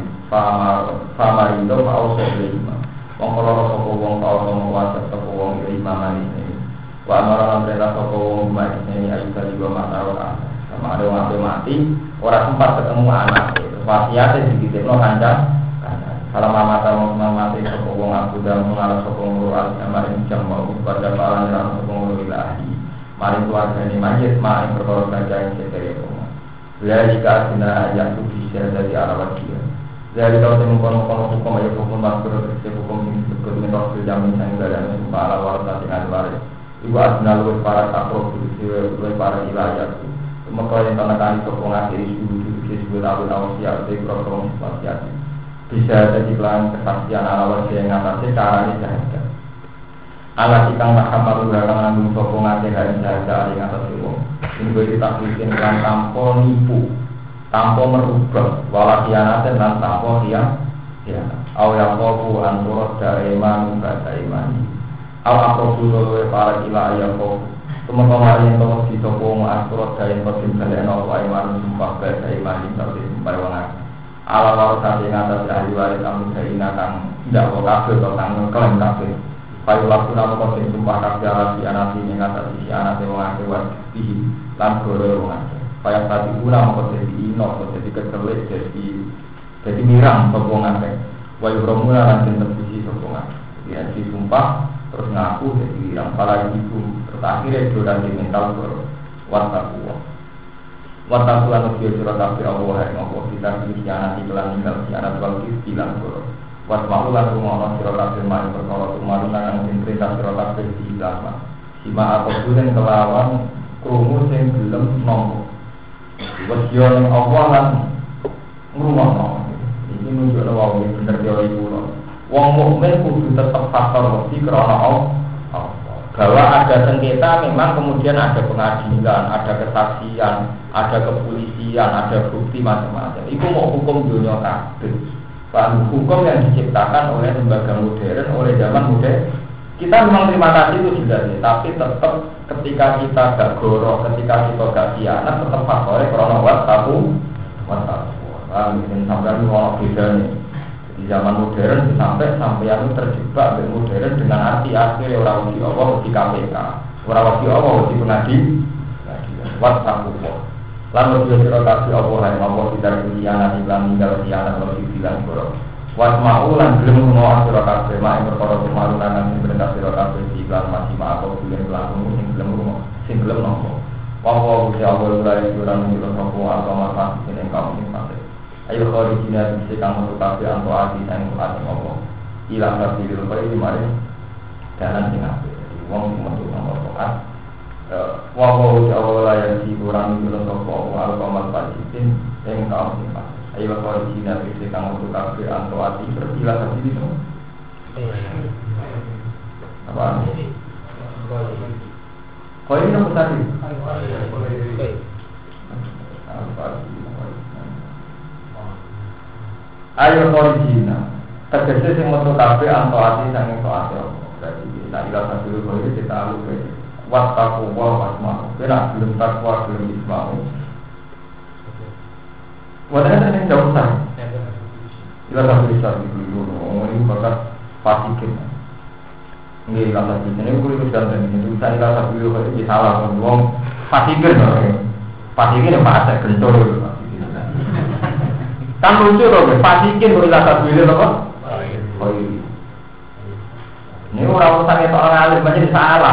famarindo pauso lima mongko loro sopo wong pauso menguasai sopo wong lima mari ini wa amaran perintah sopo wong mari ini ayu kali dua mata sama ada orang mati orang sempat ketemu anak wasiatnya sedikit no kandang kalau mama tahu mati sokong aku dan mengalah sokong ruas amarin jam mau pada palan dalam sokong ilahi mari keluarga ini majid mari berkorban saja yang setelah dari jika ada yang tu bisa dari arah dia dari tahu temu kono hukum aja hukum masuk ke hukum ini sebut mentok jamin yang ada sumpah ala waras dengan waris ibu asna luwes para takro luwes para wilayah maka yang tanah kali sokong akhir disebut awal siap dari program wasiat bisa jadi pelan kesaksian ala wasiat yang atasnya caranya jahat ala sikang mahkamah beragama nanggung sokong akhir hari jahat yang atas itu Minggu kita bikin kan tanpa nipu, tanpa merubah, walau khianatan dan tanpa khianat. Aw yaqafu an turda iman ba'da imani. Aw aqrabu wa para ila yaqafu. Teman-teman yang tahu di toko mengatur dan kodim kalian apa iman sumpah ba'da imani tapi sumpah wangan. Ala warta sing atas ahli waris kamu saina kang ndak kok kabeh to kang ngeklaim kabeh. Payu laku nama kodim sumpah kabeh ala si anasi ing atas si anase wong akeh wae lan goro wong akeh. Payah tadi guna mau jadi ino, jadi ketelik, jadi mirang sokongan teh. Wayu romula lanjut terbisi sokongan. Dia disumpah terus ngaku jadi mirang. Para ibu terakhir itu dan dimental berwatakuwa. Watakuwa nusia surat api Allah yang Allah kita kianan iklan tinggal kianan bagi bilang goro. Wasmaulan rumah surat api main berkorot umarunan yang perintah surat api di ilama. Sima atau bulan kelawan krumu yang belum nombor. Wasyo ning Allah lan ngrumakno. Iki nunjukno wae bener teori kula. Wong mukmin kudu tetep faktor wedi krana Allah. Bahwa ada sengketa memang kemudian ada pengadilan, ada kesaksian, ada kepolisian, ada bukti macam-macam. Itu mau hukum dunia kabeh. Hukum yang diciptakan oleh lembaga modern, oleh zaman modern. Kita memang terima kasih itu juga sih, tapi tetap ketika kita gak goro, ketika kita gak khianat, tetap faktornya karena wataku. Mungkin sampai mau beda nih. Di zaman modern sampai yang terjebak dengan modern dengan arti akhir orang wajib Allah di KPK, orang wajib Allah di pengadilan. Wataku. Lalu dia kasih Allah yang Allah tidak khianat, iklan tinggal khianat kalau dibilang goro. Wasma'u lan gelem ngono sira kabeh mak perkara kemarunan lan perintah sira kabeh iklan masih mak aku gelem langsung sing gelem nopo. Wa Gusti Allah ora iso nyuruh nopo agama pasti ning kaum sing pasti. Ayo original bisa kamu kabeh anto ati sing ati nopo. Ilang kabeh lho kaya mari dalan sing apik. Wong sing metu nopo taat. Wa Gusti Allah yang si kurang nyuruh nopo agama pasti ing kaum sing pasti. Ayo kalau di Cina bisa kamu untuk kafe atau hati berpilah tadi itu. Apa? Kau ini apa tadi? Ayo kalau di Cina terkese yang untuk kafe atau hati sangat soal berarti kita ilah dulu kalau kita lalu wattaku wa wasma. Kira belum takwa belum ismail. Wadahnya yang jauh besar. Kita tak bisa dulu. Ini bakal fasikin. Ini kata kita. Ini kulit dan ini bisa kita dulu. Ini salah. Wong fasikin. Fasikin yang bahasa kencur. Kan lucu loh. Fasikin boleh kata dulu apa? Oh iya. Ini orang urusan orang alim macam salah.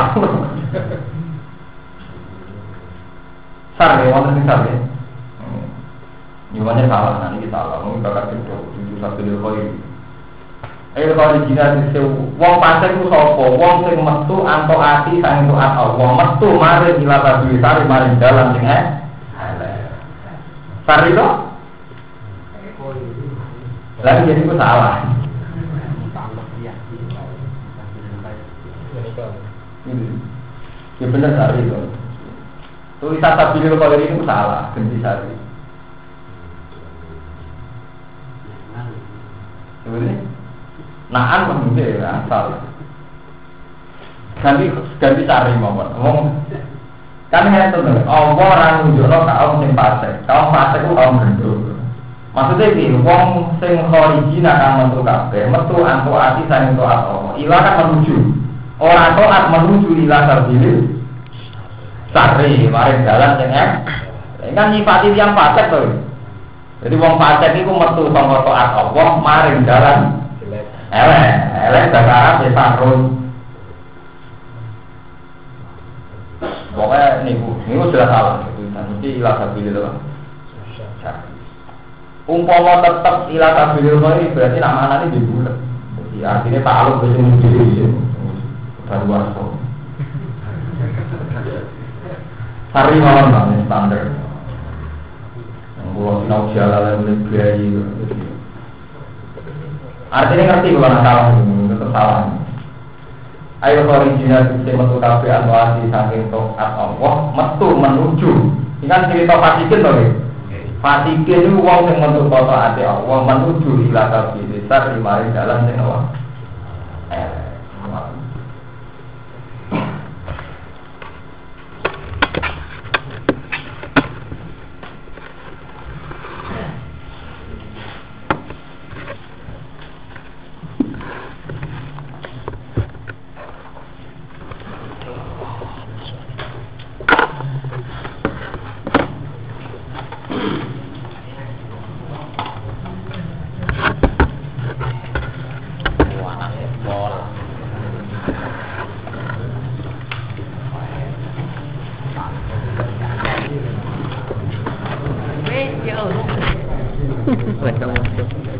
Sar ya, wonten sar ya. Nyuwanya salah, nanti kita salah, mungkin bakal kedok, jujur satu diri koi. Ayo kalau di Cina di wong pasir itu sopo, wong sing metu anto ati sang itu atau wong metu mari gila tadi sari mari jalan sing sari lo, lagi jadi itu salah. Ya benar sari itu. Tulisan tabir lo kalau ini salah, ganti sari. Sebenarnya, naan pemilih asal. Ganti cari mohon. Kan yang itu, Allah orang nunjukno kaum sing fasik. Kaum fasik itu kaum gendut. Maksudnya ini, wong sing original kan metu kabeh, metu antu ati saing taat Allah. Ilah kan menuju. Orang taat menuju ilah terpilih. Sari, mari jalan sing kan nyifati yang fasik to. Jadi wong fasik iku metu saka taat Allah maring dalan elek bahasa Arab pokoknya niku jelas salah mesti ilah sabilil lho. Umpama tetep ilah sabilil ini berarti nak manane di bulet. Jadi artinya takluk wis mesti baru warso. Sari mawon Bang standar. Kalau sinau jalan yang lebih artinya ngerti bukan salah, tetap salah. Ayo original sistem metu kabeh anwasi saking taat Allah metu menuju. Ini kan cerita fasikin to nggih. Fasikin itu wong sing metu taat Allah menuju ila tabi besar limari dalan sing Allah. Bueno,